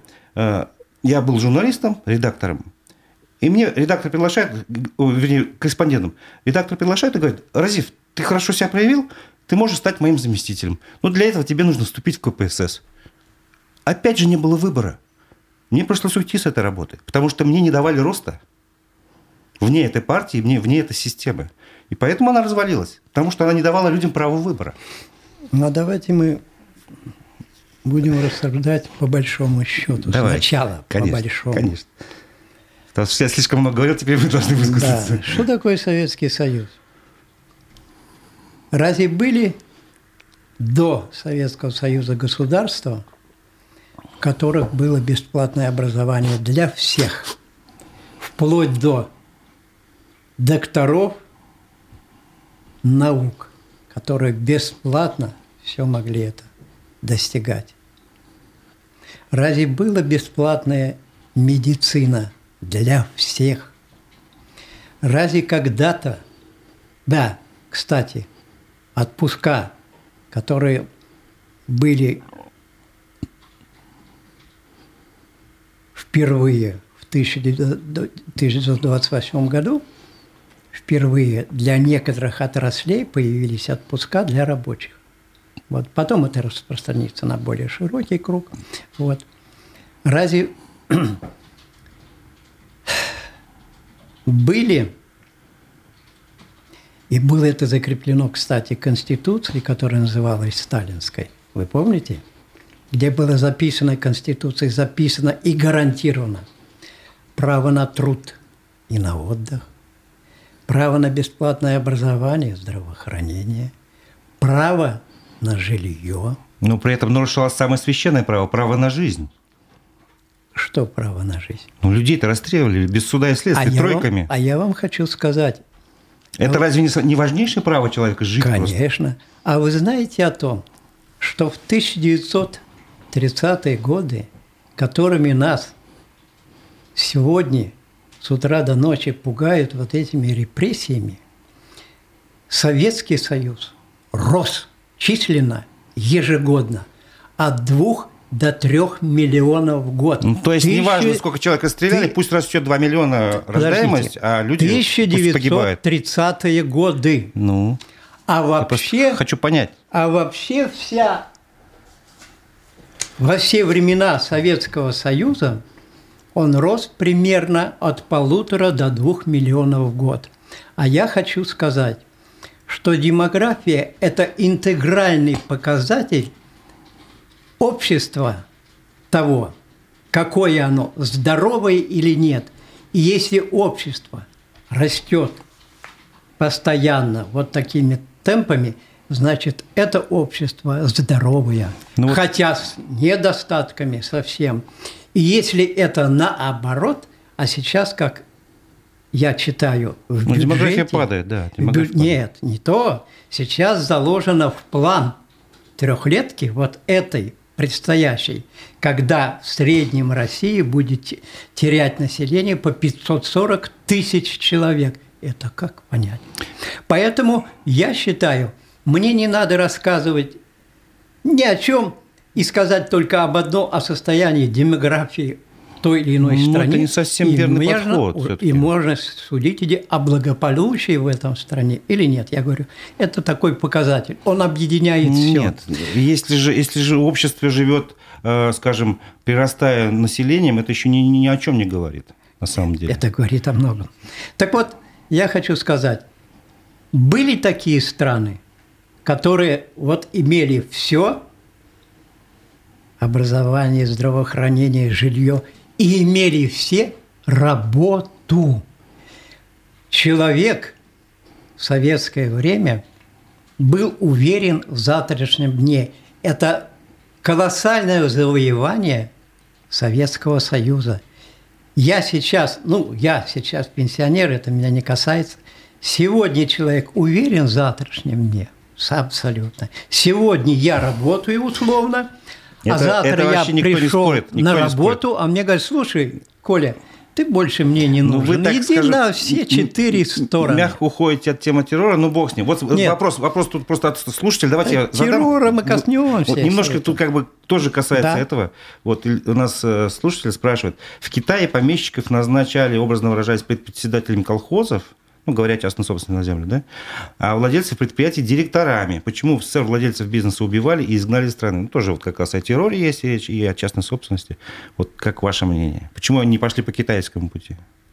я был журналистом, редактором, и мне редактор приглашает, вернее, корреспондентом, редактор приглашает и говорит: Разиф, ты хорошо себя проявил, ты можешь стать моим заместителем. Но для этого тебе нужно вступить в ка пэ эс эс. Опять же, не было выбора. Мне пришлось уйти с этой работы, потому что мне не давали роста вне этой партии, вне, вне этой системы. И поэтому она развалилась, потому что она не давала людям права выбора. Ну, а давайте мы будем рассуждать по большому счету. Давайте. Сначала конечно, по большому. Конечно. Потому что я слишком много говорил, теперь вы должны высказаться. Да. Что такое Советский Союз? Разве были до Советского Союза государства, в которых было бесплатное образование для всех, вплоть до докторов наук, которые бесплатно все могли это достигать? Разве была бесплатная медицина для всех? Разве когда-то, да, кстати, отпуска, которые были впервые в тысяча девятьсот двадцать восьмом году, впервые для некоторых отраслей появились отпуска для рабочих. Вот. Потом это распространится на более широкий круг. Вот. Разве были, и было это закреплено, кстати, Конституцией, которая называлась Сталинской, вы помните? Где было записано, Конституцией записано и гарантировано право на труд и на отдых, право на бесплатное образование, здравоохранение, право на жилье. Но при этом нарушалось самое священное право – право на жизнь. Что право на жизнь? Ну, людей-то расстреливали без суда и следствия, а тройками. Я вам, а я вам хочу сказать... Это а разве не, не важнейшее право человека жить? Конечно. Просто? А вы знаете о том, что в тысяча девятьсот тридцатые годы, которыми нас сегодня с утра до ночи пугают вот этими репрессиями, Советский Союз рос численно ежегодно от двух до трех миллионов в год. Ну, то есть Тысяча... неважно, сколько человек стреляли, Ты... пусть растет два миллиона рождаемость, Подождите. А люди тысяча девятьсот тридцатые годы. Ну, а вообще, хочу понять. А вообще вся, во все времена Советского Союза он рос примерно от полутора до двух миллионов в год. А я хочу сказать, что демография – это интегральный показатель общества того, какое оно, здоровое или нет. И если общество растет постоянно вот такими темпами, значит, это общество здоровое, ну, хотя с недостатками совсем. И если это наоборот, а сейчас, как я читаю в ну, бюджете… демография падает, да. Демография бю, нет, падает. Не то. Сейчас заложено в план трехлетки вот этой предстоящей, когда в среднем России будет терять население по пятьсот сорок тысяч человек. Это как понять? Поэтому я считаю, мне не надо рассказывать ни о чем и сказать только об одном, о состоянии демографии той или иной ну, стране. Это не совсем и верный можно, подход. И можно судить о благополучии в этом стране или нет. Я говорю, это такой показатель. Он объединяет все. Нет, если же, если же общество живет, скажем, прирастая населением, это еще ни, ни о чем не говорит на самом деле. Это говорит о многом. Так вот, я хочу сказать, были такие страны, которые вот имели все, образование, здравоохранение, жилье, и имели все работу. Человек в советское время был уверен в завтрашнем дне. Это колоссальное завоевание Советского Союза. Я сейчас, ну, я сейчас пенсионер, это меня не касается. Сегодня человек уверен в завтрашнем дне. Абсолютно. Сегодня я работаю условно, это, а завтра я пришел спорит, на работу, а мне говорят, слушай, Коля, ты больше мне не нужен. Ну, иди скажем, на все четыре стороны. Мягко уходите от темы террора, ну бог с ним. Вот Нет. вопрос, вопрос тут просто от слушателя. Давайте я задам. Террора мы коснемся. Вот немножко тут как бы тоже касается да. этого. Вот у нас слушатель спрашивает. В Китае помещиков назначали, образно выражаясь, председателями колхозов, ну, говоря о частной собственности на землю, да, а владельцев предприятий директорами. Почему в СССР владельцев бизнеса убивали и изгнали из страны? Ну, тоже вот как раз о терроре есть речь и о частной собственности. Вот как ваше мнение? Почему они не пошли по китайскому пути?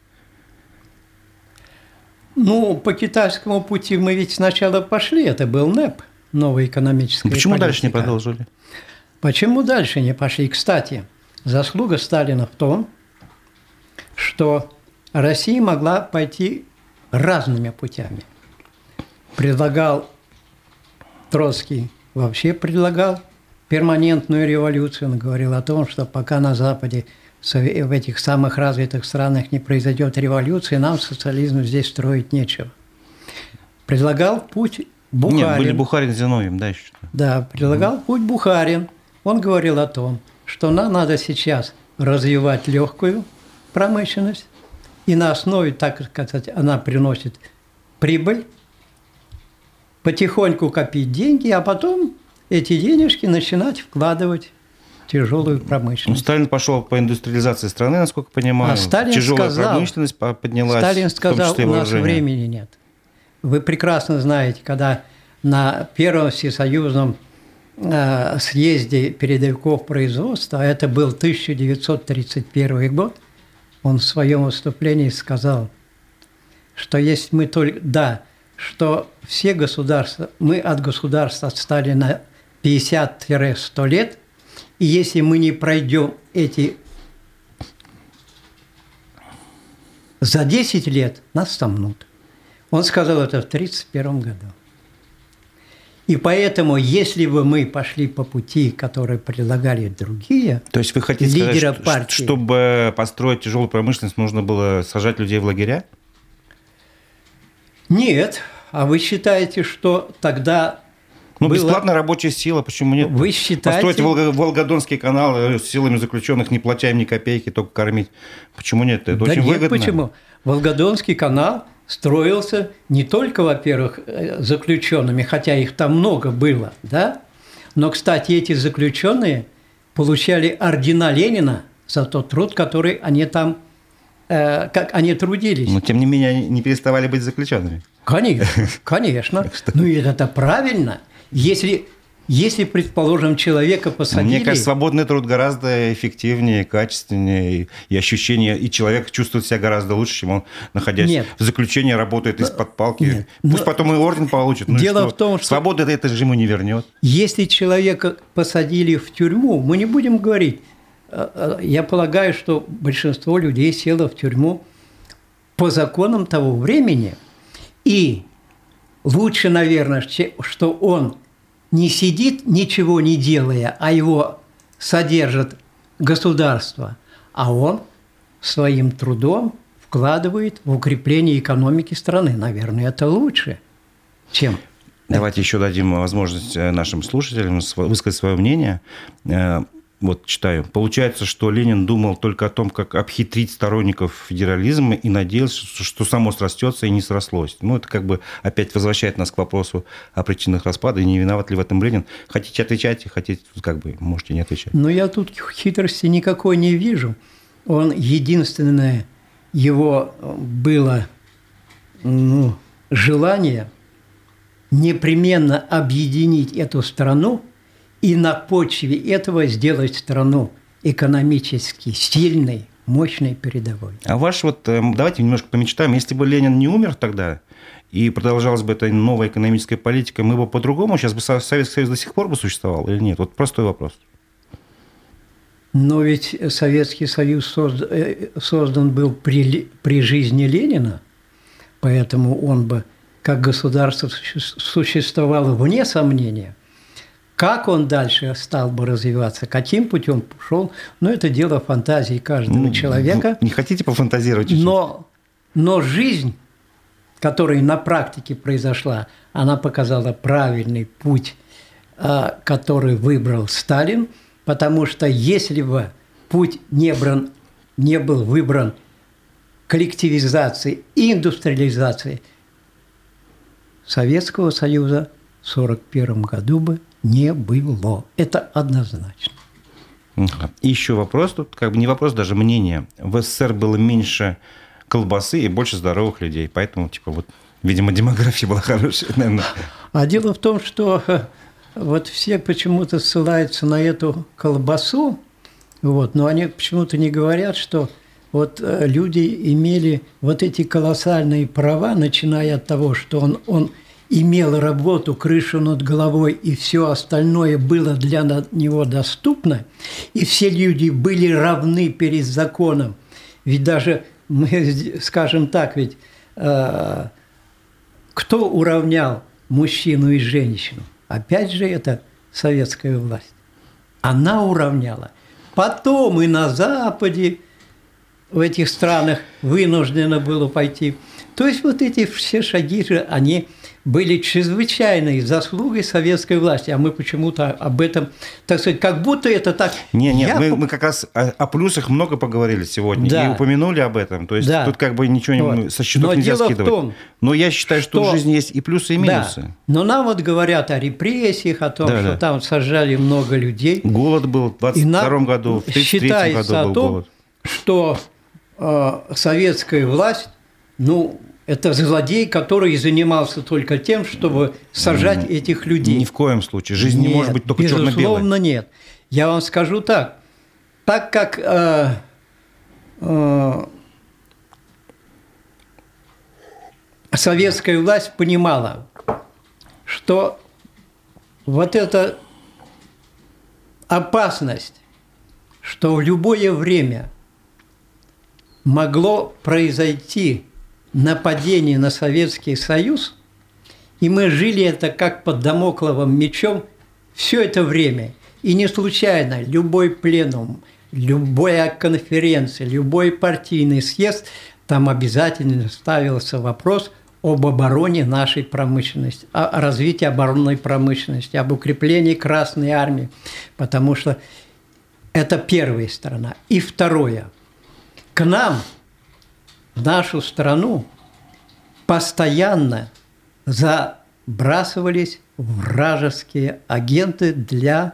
Ну, по китайскому пути мы ведь сначала пошли. Это был НЭП, новая экономическая Почему политика. дальше не продолжили? Почему дальше не пошли? Кстати, заслуга Сталина в том, что Россия могла пойти разными путями. Предлагал Троцкий, вообще предлагал перманентную революцию. Он говорил о том, что пока на Западе, в этих самых развитых странах не произойдет революции, нам социализм здесь строить нечего. Предлагал путь Бухарин. Нет, были Бухарин с Зиновьевым, да, еще? Да, предлагал mm. путь Бухарин. Он говорил о том, что нам надо сейчас развивать легкую промышленность, и на основе, так сказать, она приносит прибыль, потихоньку копить деньги, а потом эти денежки начинать вкладывать в тяжелую промышленность. Ну, Сталин пошел по индустриализации страны, насколько понимаю. А Сталин Тяжелая сказал, промышленность поднялась. Сталин сказал, у нас времени нет. Вы прекрасно знаете, когда на Первом всесоюзном э, съезде передовиков производства, а это был тысяча девятьсот тридцать первый год, он в своем выступлении сказал, что если мы только… Да, что все государства, мы от государства отстали на пятьдесят-сто лет, и если мы не пройдем эти… За десять лет нас сомнут. Он сказал это в тридцать первом году. И поэтому, если бы мы пошли по пути, который предлагали другие, то есть вы хотите лидеры сказать, партии, чтобы построить тяжелую промышленность, нужно было сажать людей в лагеря? Нет. А вы считаете, что тогда... Ну, было... бесплатная рабочая сила, почему нет? Вы считаете... Построить Волго- Волгодонский канал с силами заключенных, не платя им ни копейки, только кормить. Почему нет? Это да очень нет, выгодно. Почему? Волгодонский канал строился не только, во-первых, заключенными, хотя их там много было, да? Но, кстати, эти заключенные получали ордена Ленина за тот труд, который они там, э, как они трудились. Но, тем не менее, они не переставали быть заключенными. Конечно, конечно. Ну, и это правильно. Если, если, предположим, человека посадили... Мне кажется, свободный труд гораздо эффективнее, качественнее, и ощущение, и человек чувствует себя гораздо лучше, чем он, находясь Нет. в заключении, работает из-под палки. Нет. Пусть Но... потом и орден получит. Ну Дело что? в том, что... Свобода это же ему не вернет. Если человека посадили в тюрьму, мы не будем говорить... Я полагаю, что большинство людей село в тюрьму по законам того времени, и лучше, наверное, что он не сидит, ничего не делая, а его содержит государство, а он своим трудом вкладывает в укрепление экономики страны. Наверное, это лучше, чем... Давайте еще дадим возможность нашим слушателям высказать свое мнение. Вот читаю. Получается, что Ленин думал только о том, как обхитрить сторонников федерализма и надеялся, что само срастется и не срослось. Ну, это как бы опять возвращает нас к вопросу о причинах распада, и не виноват ли в этом Ленин. Хотите отвечать, хотите, как бы, можете не отвечать. Но я тут хитрости никакой не вижу. Он единственное, его было ну, желание непременно объединить эту страну и на почве этого сделать страну экономически сильной, мощной, передовой. А ваш вот, давайте немножко помечтаем, если бы Ленин не умер тогда, и продолжалась бы эта новая экономическая политика, мы бы по-другому, сейчас бы Советский Союз до сих пор бы существовал или нет? Вот простой вопрос. Но ведь Советский Союз создан был при, при жизни Ленина, поэтому он бы как государство существовало вне сомнения. Как он дальше стал бы развиваться, каким путем пошел, ну, это дело фантазии каждого ну, человека. Не хотите пофантазировать чуть-чуть? Но, но жизнь, которая на практике произошла, она показала правильный путь, который выбрал Сталин, потому что если бы путь не, бран, не был выбран коллективизации и индустриализации, Советского Союза в сорок первом году бы не было. Это однозначно. И еще вопрос, тут как бы не вопрос, даже мнение. В СССР было меньше колбасы и больше здоровых людей, поэтому, типа, вот, видимо, демография была хорошая, наверное. А дело в том, что вот все почему-то ссылаются на эту колбасу, вот, но они почему-то не говорят, что вот люди имели вот эти колоссальные права, начиная от того, что он, он имел работу, крышу над головой, и все остальное было для него доступно, и все люди были равны перед законом. Ведь даже, мы скажем так, ведь э, кто уравнял мужчину и женщину? Опять же, это советская власть. Она уравняла. Потом и на Западе, в этих странах вынуждено было пойти. То есть вот эти все шаги же, они были чрезвычайной заслугой советской власти, а мы почему-то об этом, так сказать, как будто это так... Нет, нет, Я... мы, мы как раз о, о плюсах много поговорили сегодня, да. И упомянули об этом, то есть да. Тут как бы ничего вот. со счетов Но нельзя дело скидывать. В том, но я считаю, что, что в жизни есть и плюсы, и минусы. Да. Но нам вот говорят о репрессиях, о том, да, что да. там сажали много людей. Голод был в двадцать втором году, в тридцать третьем году был о том, голод. Что э, советская власть, ну... Это злодей, который занимался только тем, чтобы сажать mm, этих людей. Ни в коем случае. Жизнь нет, не может быть только черно-белой. Безусловно, нет. Я вам скажу так. Так как э, э, советская власть понимала, что вот эта опасность, что в любое время могло произойти нападение на Советский Союз, И мы жили это как под дамокловым мечом все это время. И не случайно любой пленум, любая конференция, любой партийный съезд, там обязательно ставился вопрос об обороне нашей промышленности, о развитии оборонной промышленности, об укреплении Красной Армии, потому что это первая сторона. И второе. К нам, в нашу страну, постоянно забрасывались вражеские агенты для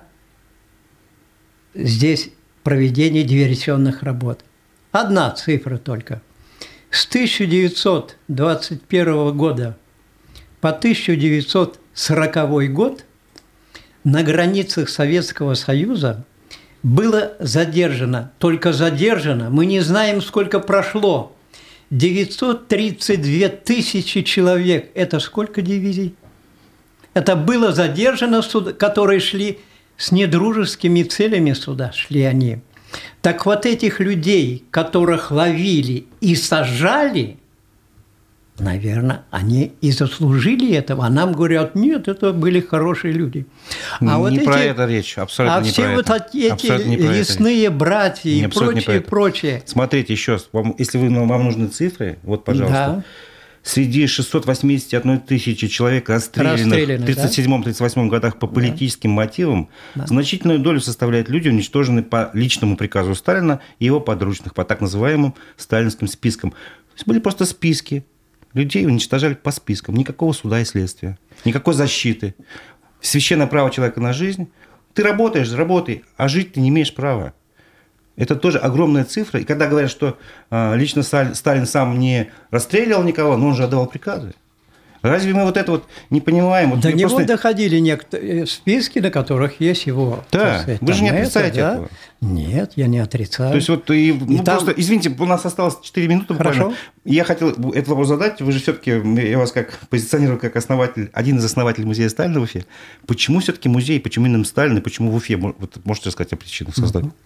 здесь проведения диверсионных работ. Одна цифра только. С тысяча девятьсот двадцать первого года по тысяча девятьсот сороковой год на границах Советского Союза было задержано, только задержано, мы не знаем, сколько прошло, девятьсот тридцать две тысячи человек. Это сколько дивизий? Это было задержано, которые шли с недружескими целями сюда, шли они. Так вот этих людей, которых ловили и сажали, наверное, они и заслужили этого. А нам говорят, нет, это были хорошие люди. А не вот про эти, это речь, абсолютно а не все про вот это. эти лесные братья и прочее, прочее. Смотрите еще, если вы, вам нужны цифры, вот, пожалуйста. Да. Среди шестисот восьмидесяти одной тысячи человек, расстрелянных в тридцать седьмом — тридцать восьмом годах по политическим да. мотивам, да. значительную долю составляют люди, уничтоженные по личному приказу Сталина и его подручных, по так называемым сталинским спискам. То есть были просто списки. Людей уничтожали по спискам. Никакого суда и следствия, никакой защиты. Священное право человека на жизнь. Ты работаешь, работай, а жить ты не имеешь права. Это тоже огромная цифра. И когда говорят, что э, лично Сталин сам не расстреливал никого, но он же отдавал приказы. Разве мы вот это вот не понимаем? Вот до него просто... доходили некоторые списки, на которых есть его... Да, сказать, вы же не отрицаете это, этого. Да? Нет, я не отрицаю. То есть вот, и, и ну, там... просто, извините, у нас осталось четыре минуты буквально. Хорошо. Я хотел этот вопрос задать. Вы же все-таки, я вас как позиционирую как основатель, один из основателей музея Сталина в Уфе. Почему все-таки музей, почему именно Сталин и почему в Уфе? Вот, можете рассказать о причинах создания? Mm-hmm.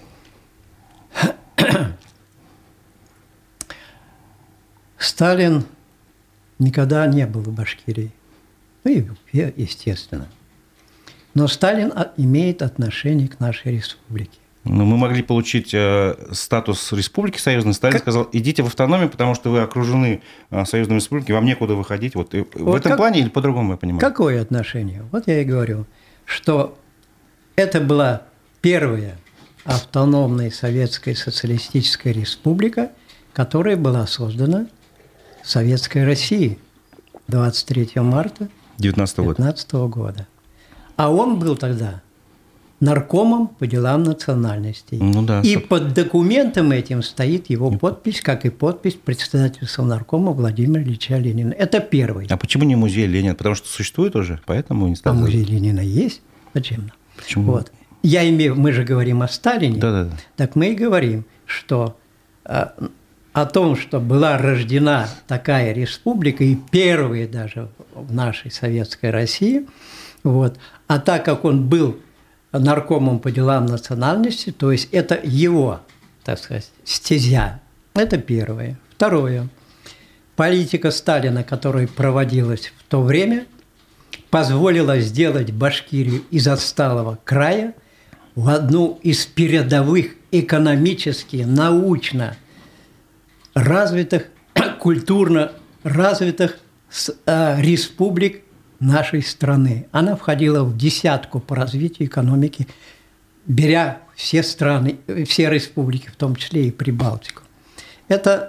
Сталин никогда не был в Башкирии. Ну и в Уфе, естественно. Но Сталин имеет отношение к нашей республике. Но мы могли получить э, статус республики союзной. Сталин как... сказал, идите в автономию, потому что вы окружены э, союзной республикой, вам некуда выходить. Вот, вот в этом как... плане или по-другому, я понимаю? Какое отношение? Вот я и говорю, что это была первая автономная Советская Социалистическая Республика, которая была создана в Советской России двадцать третьего марта девятнадцатого года. А он был тогда наркомом по делам национальностей. Ну, да, и чтоб... под документом этим стоит его подпись, как и подпись председателя Совнаркома Владимира Ильича Ленина. Это первый. А почему не музей Ленина? Потому что существует уже, поэтому не стал. А музей Ленина есть? Зачем? Почему? Вот. Я имею, мы же говорим о Сталине, да, да, да. Так мы и говорим, что э, о том, что была рождена такая республика, и первая даже в нашей советской России, вот, а так как он был наркомом по делам национальности, то есть это его, так сказать, стезя, это первое. Второе. Политика Сталина, которая проводилась в то время, позволила сделать Башкирию из отсталого края в одну из передовых экономически, научно развитых, культурно развитых республик нашей страны. Она входила в десятку по развитию экономики, беря все страны, все республики, в том числе и Прибалтику. Это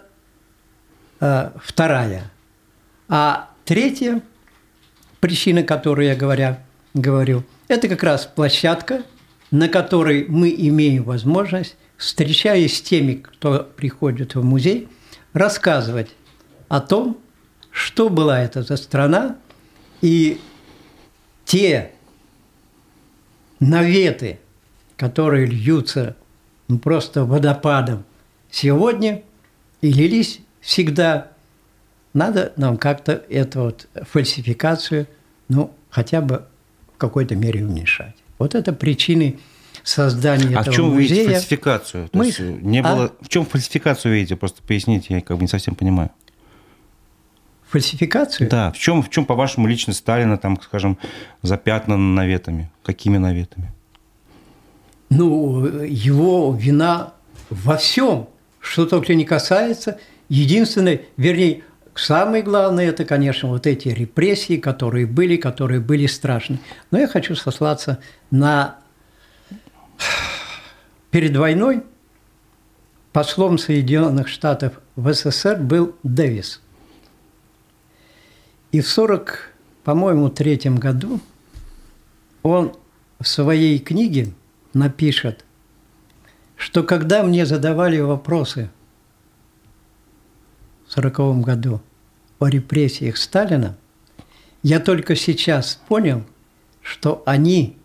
э, вторая. А третья причина, которую я говоря, говорю, это как раз площадка, на которой мы имеем возможность, встречаясь с теми, кто приходит в музей, рассказывать о том, что была это за страна, и те наветы, которые льются ну, просто водопадом сегодня и лились всегда, надо нам как-то эту вот фальсификацию, ну, хотя бы в какой-то мере уменьшать. Вот это причины создания а этого музея. А в чем вы видите фальсификацию? То Мы... есть не было... а? В чем фальсификацию видите? Просто поясните, я как бы не совсем понимаю. Фальсификацию? Да. В чем, в чем, по-вашему, личность Сталина, там, скажем, запятнана наветами? Какими наветами? Ну, его вина во всем, что только не касается. Единственное, вернее, самое главное, это, конечно, вот эти репрессии, которые были, которые были страшны. Но я хочу сослаться на... Перед войной послом Соединенных Штатов в СССР был Дэвис. И в сорок, по-моему, третьем году он в своей книге напишет, что когда мне задавали вопросы в сороковом году о репрессиях Сталина, я только сейчас понял, что они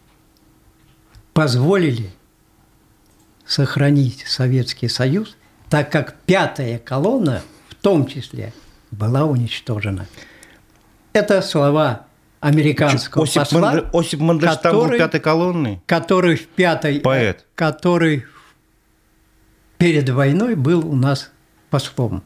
позволили сохранить Советский Союз, так как пятая колонна в том числе была уничтожена. Это слова американского Осип посла, Мандер, Осип Мандельштам был пятой колонной. Который в пятой, Поэт. который перед войной был у нас послом.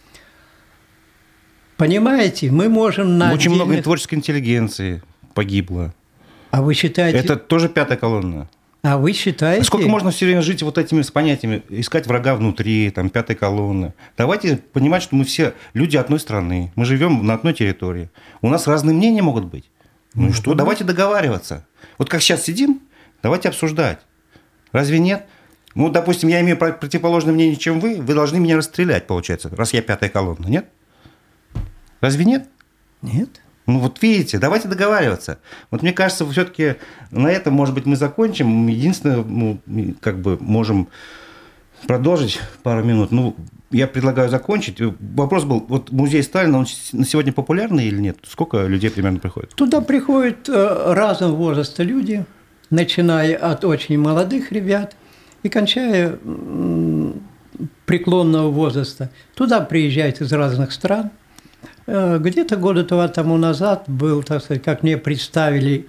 Понимаете, мы можем на Очень отдельных... много творческой интеллигенции погибло. А вы считаете... Это тоже пятая колонна. А вы считаете... Сколько можно все время жить вот этими понятиями, искать врага внутри, там, пятой колонны? Давайте понимать, что мы все люди одной страны, мы живем на одной территории. У нас разные мнения могут быть. Ну и что? Давайте договариваться. Вот как сейчас сидим, давайте обсуждать. Разве нет? Ну, допустим, я имею противоположное мнение, чем вы, вы должны меня расстрелять, получается, раз я пятая колонна, нет? Разве нет? Нет. Ну вот видите, давайте договариваться. Вот мне кажется, все-таки на этом, может быть, мы закончим. Единственное, ну, как бы можем продолжить пару минут. Ну, я предлагаю закончить. Вопрос был, вот музей Сталина, он на сегодня популярный или нет? Сколько людей примерно приходит? Туда приходят разного возраста люди, начиная от очень молодых ребят и кончая преклонного возраста. Туда приезжают из разных стран. Где-то года два тому назад был, так сказать, как мне представили,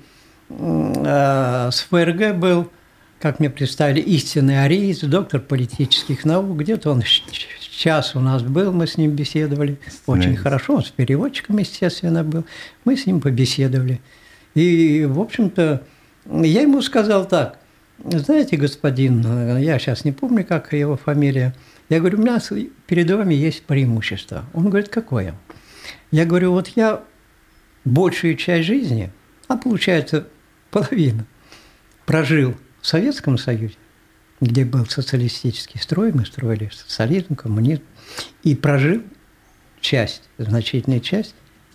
с ФРГ был, как мне представили, истинный ариец, доктор политических наук. Где-то он час у нас был, мы с ним беседовали. Очень хорошо, он с переводчиком, естественно, был. Мы с ним побеседовали. И, в общем-то, я ему сказал так: знаете, господин, я сейчас не помню, как его фамилия, я говорю, у меня перед вами есть преимущество. Он говорит, какое? Я говорю, вот я большую часть жизни, а получается половину, прожил в Советском Союзе, где был социалистический строй, мы строили социализм, коммунизм, и прожил часть, значительную часть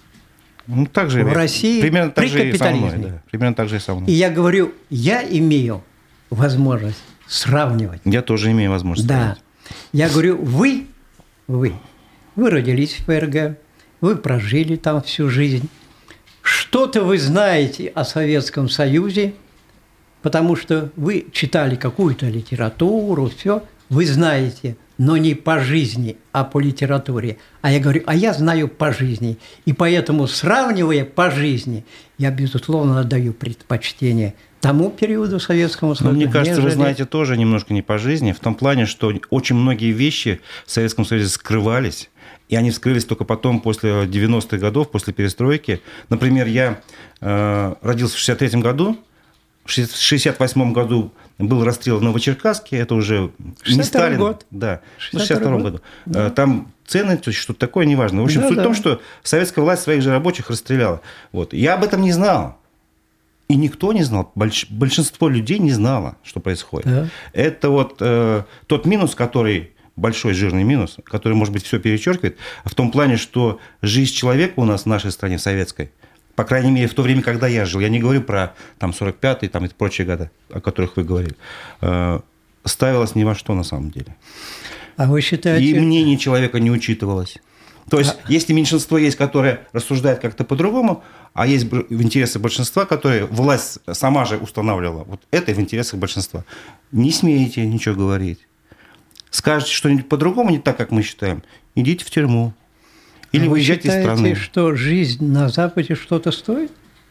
ну, так же, в России примерно так при же капитализме. И со мной, да. Примерно так же и со мной. И я говорю, я имею возможность сравнивать. Я тоже имею возможность Да. сравнивать. Я говорю, вы, вы, вы родились в ФРГ, вы прожили там всю жизнь. Что-то вы знаете о Советском Союзе, потому что вы читали какую-то литературу, все, вы знаете, но не по жизни, а по литературе. А я говорю, а я знаю по жизни. И поэтому, сравнивая по жизни, я, безусловно, отдаю предпочтение тому периоду Советскому Союзу. Но мне кажется, нежели... вы знаете тоже немножко не по жизни, в том плане, что очень многие вещи в Советском Союзе скрывались, и они вскрылись только потом, после девяностых годов, после перестройки. Например, я э, родился в шестьдесят третьем году, в шестьдесят восьмом году был расстрел в Новочеркасске, это уже не Сталин. Год. Да, в шестьдесят втором году. Да. Там цены, то есть что-то такое, неважно. В общем, да, суть да. в том, что советская власть своих же рабочих расстреляла. Вот. Я об этом не знал. И никто не знал, больш... большинство людей не знало, что происходит. Да. Это вот э, тот минус, который... большой жирный минус, который, может быть, все перечеркивает, в том плане, что жизнь человека у нас в нашей стране советской, по крайней мере, в то время, когда я жил, я не говорю про там, сорок пятый там, и прочие годы, о которых вы говорили, э, ставилась ни во что на самом деле. А вы считаете... И мнение человека не учитывалось. То есть, а... если меньшинство есть, которое рассуждает как-то по-другому, а есть в интересах большинства, которые власть сама же устанавливала, вот это в интересах большинства, не смеете ничего говорить. Скажете что-нибудь по-другому, не так, как мы считаем, идите в тюрьму. Или а выезжайте из страны. Вы считаете, что жизнь на Западе что-то стоит?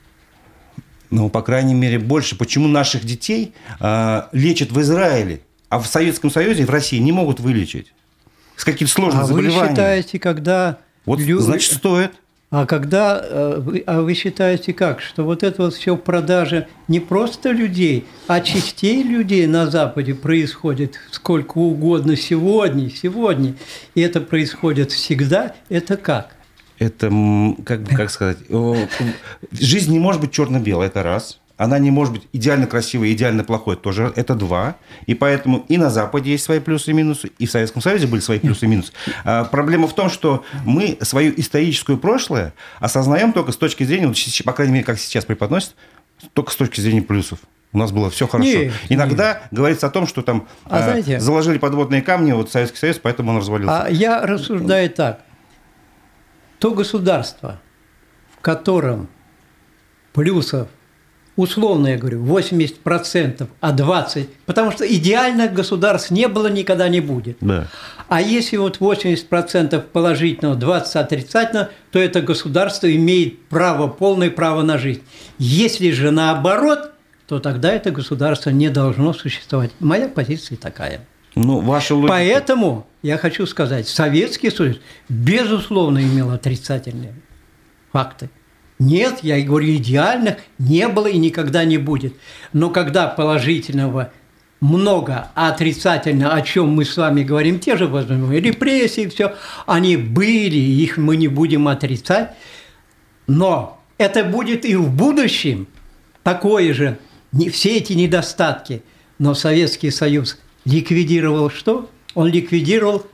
Ну, по крайней мере, больше. Почему наших детей э, лечат в Израиле, а в Советском Союзе и в России не могут вылечить? С какими-то сложными а заболеваниями. А вы считаете, когда Вот, Лю... значит, стоит. А когда, а вы считаете как, что вот это вот все продажа не просто людей, а частей людей на Западе происходит сколько угодно сегодня, сегодня, и это происходит всегда, это как? Это, как бы, как сказать, жизнь не может быть черно-белой, это раз. Она не может быть идеально красивой, идеально плохой, тоже это два. И поэтому и на Западе есть свои плюсы и минусы, и в Советском Союзе были свои плюсы и минусы. А проблема в том, что мы свою историческое прошлое осознаем только с точки зрения, по крайней мере, как сейчас преподносят, только с точки зрения плюсов. У нас было все хорошо. Нет, Иногда нет. говорится о том, что там а, а, знаете, заложили подводные камни, вот Советский Союз, поэтому он развалился. А я рассуждаю так. То государство, в котором плюсов, условно я говорю, восемьдесят процентов, а двадцать процентов, потому что идеальных государств не было, никогда не будет. Да. А если вот восемьдесят процентов положительного, двадцать процентов отрицательного, то это государство имеет право, полное право на жизнь. Если же наоборот, то тогда это государство не должно существовать. Моя позиция такая. Ну, ваша логика... Поэтому я хочу сказать, Советский Союз, безусловно, имел отрицательные факты. Нет, я и говорю, идеальных не было и никогда не будет. Но когда положительного много, а отрицательного, о чем мы с вами говорим, те же возможно, репрессии, все, они были, их мы не будем отрицать. Но это будет и в будущем такое же, не все эти недостатки. Но Советский Союз ликвидировал что? Он ликвидировал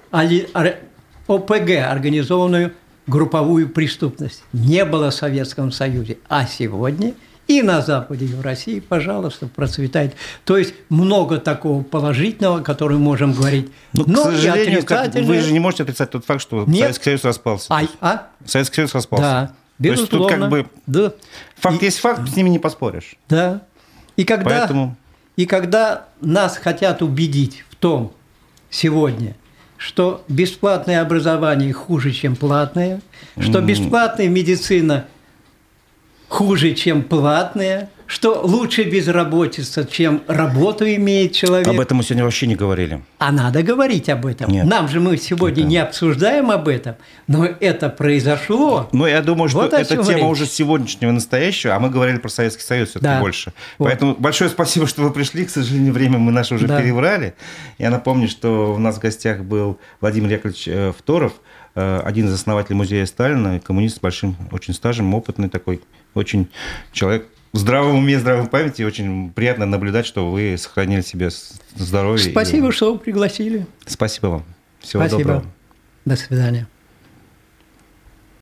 О П Г, организованную групповую преступность. Не было в Советском Союзе. А сегодня и на Западе, и в России, пожалуйста, процветает. То есть много такого положительного, о котором можем говорить. Но, Но к сожалению, как, вы же не можете отрицать тот факт, что Нет. Советский Союз распался. А, а? Советский Союз распался. Да, безусловно. То есть тут как бы да. факт и, есть факт, с ними не поспоришь. Да. И когда, Поэтому... и когда нас хотят убедить в том сегодня, что бесплатное образование хуже, чем платное, что бесплатная медицина хуже, чем платная, что лучше безработица, чем работу имеет человек. Об этом мы сегодня вообще не говорили. А надо говорить об этом. Нет. Нам же мы сегодня да. не обсуждаем об этом, но это произошло. Ну, я думаю, что вот это тема говорить. уже сегодняшнего настоящего, а мы говорили про Советский Союз все-таки да. больше. Вот. Поэтому большое спасибо, что вы пришли. К сожалению, время мы наше уже да. переврали. Я напомню, что у нас в гостях был Владимир Яковлевич Второв, один из основателей музея Сталина, коммунист с большим очень стажем, опытный такой, очень человек в здравом уме, в здравой памяти. Очень приятно наблюдать, что вы сохранили себе здоровье. Спасибо, и... что вы пригласили. Спасибо вам. Всего Спасибо. доброго. До свидания.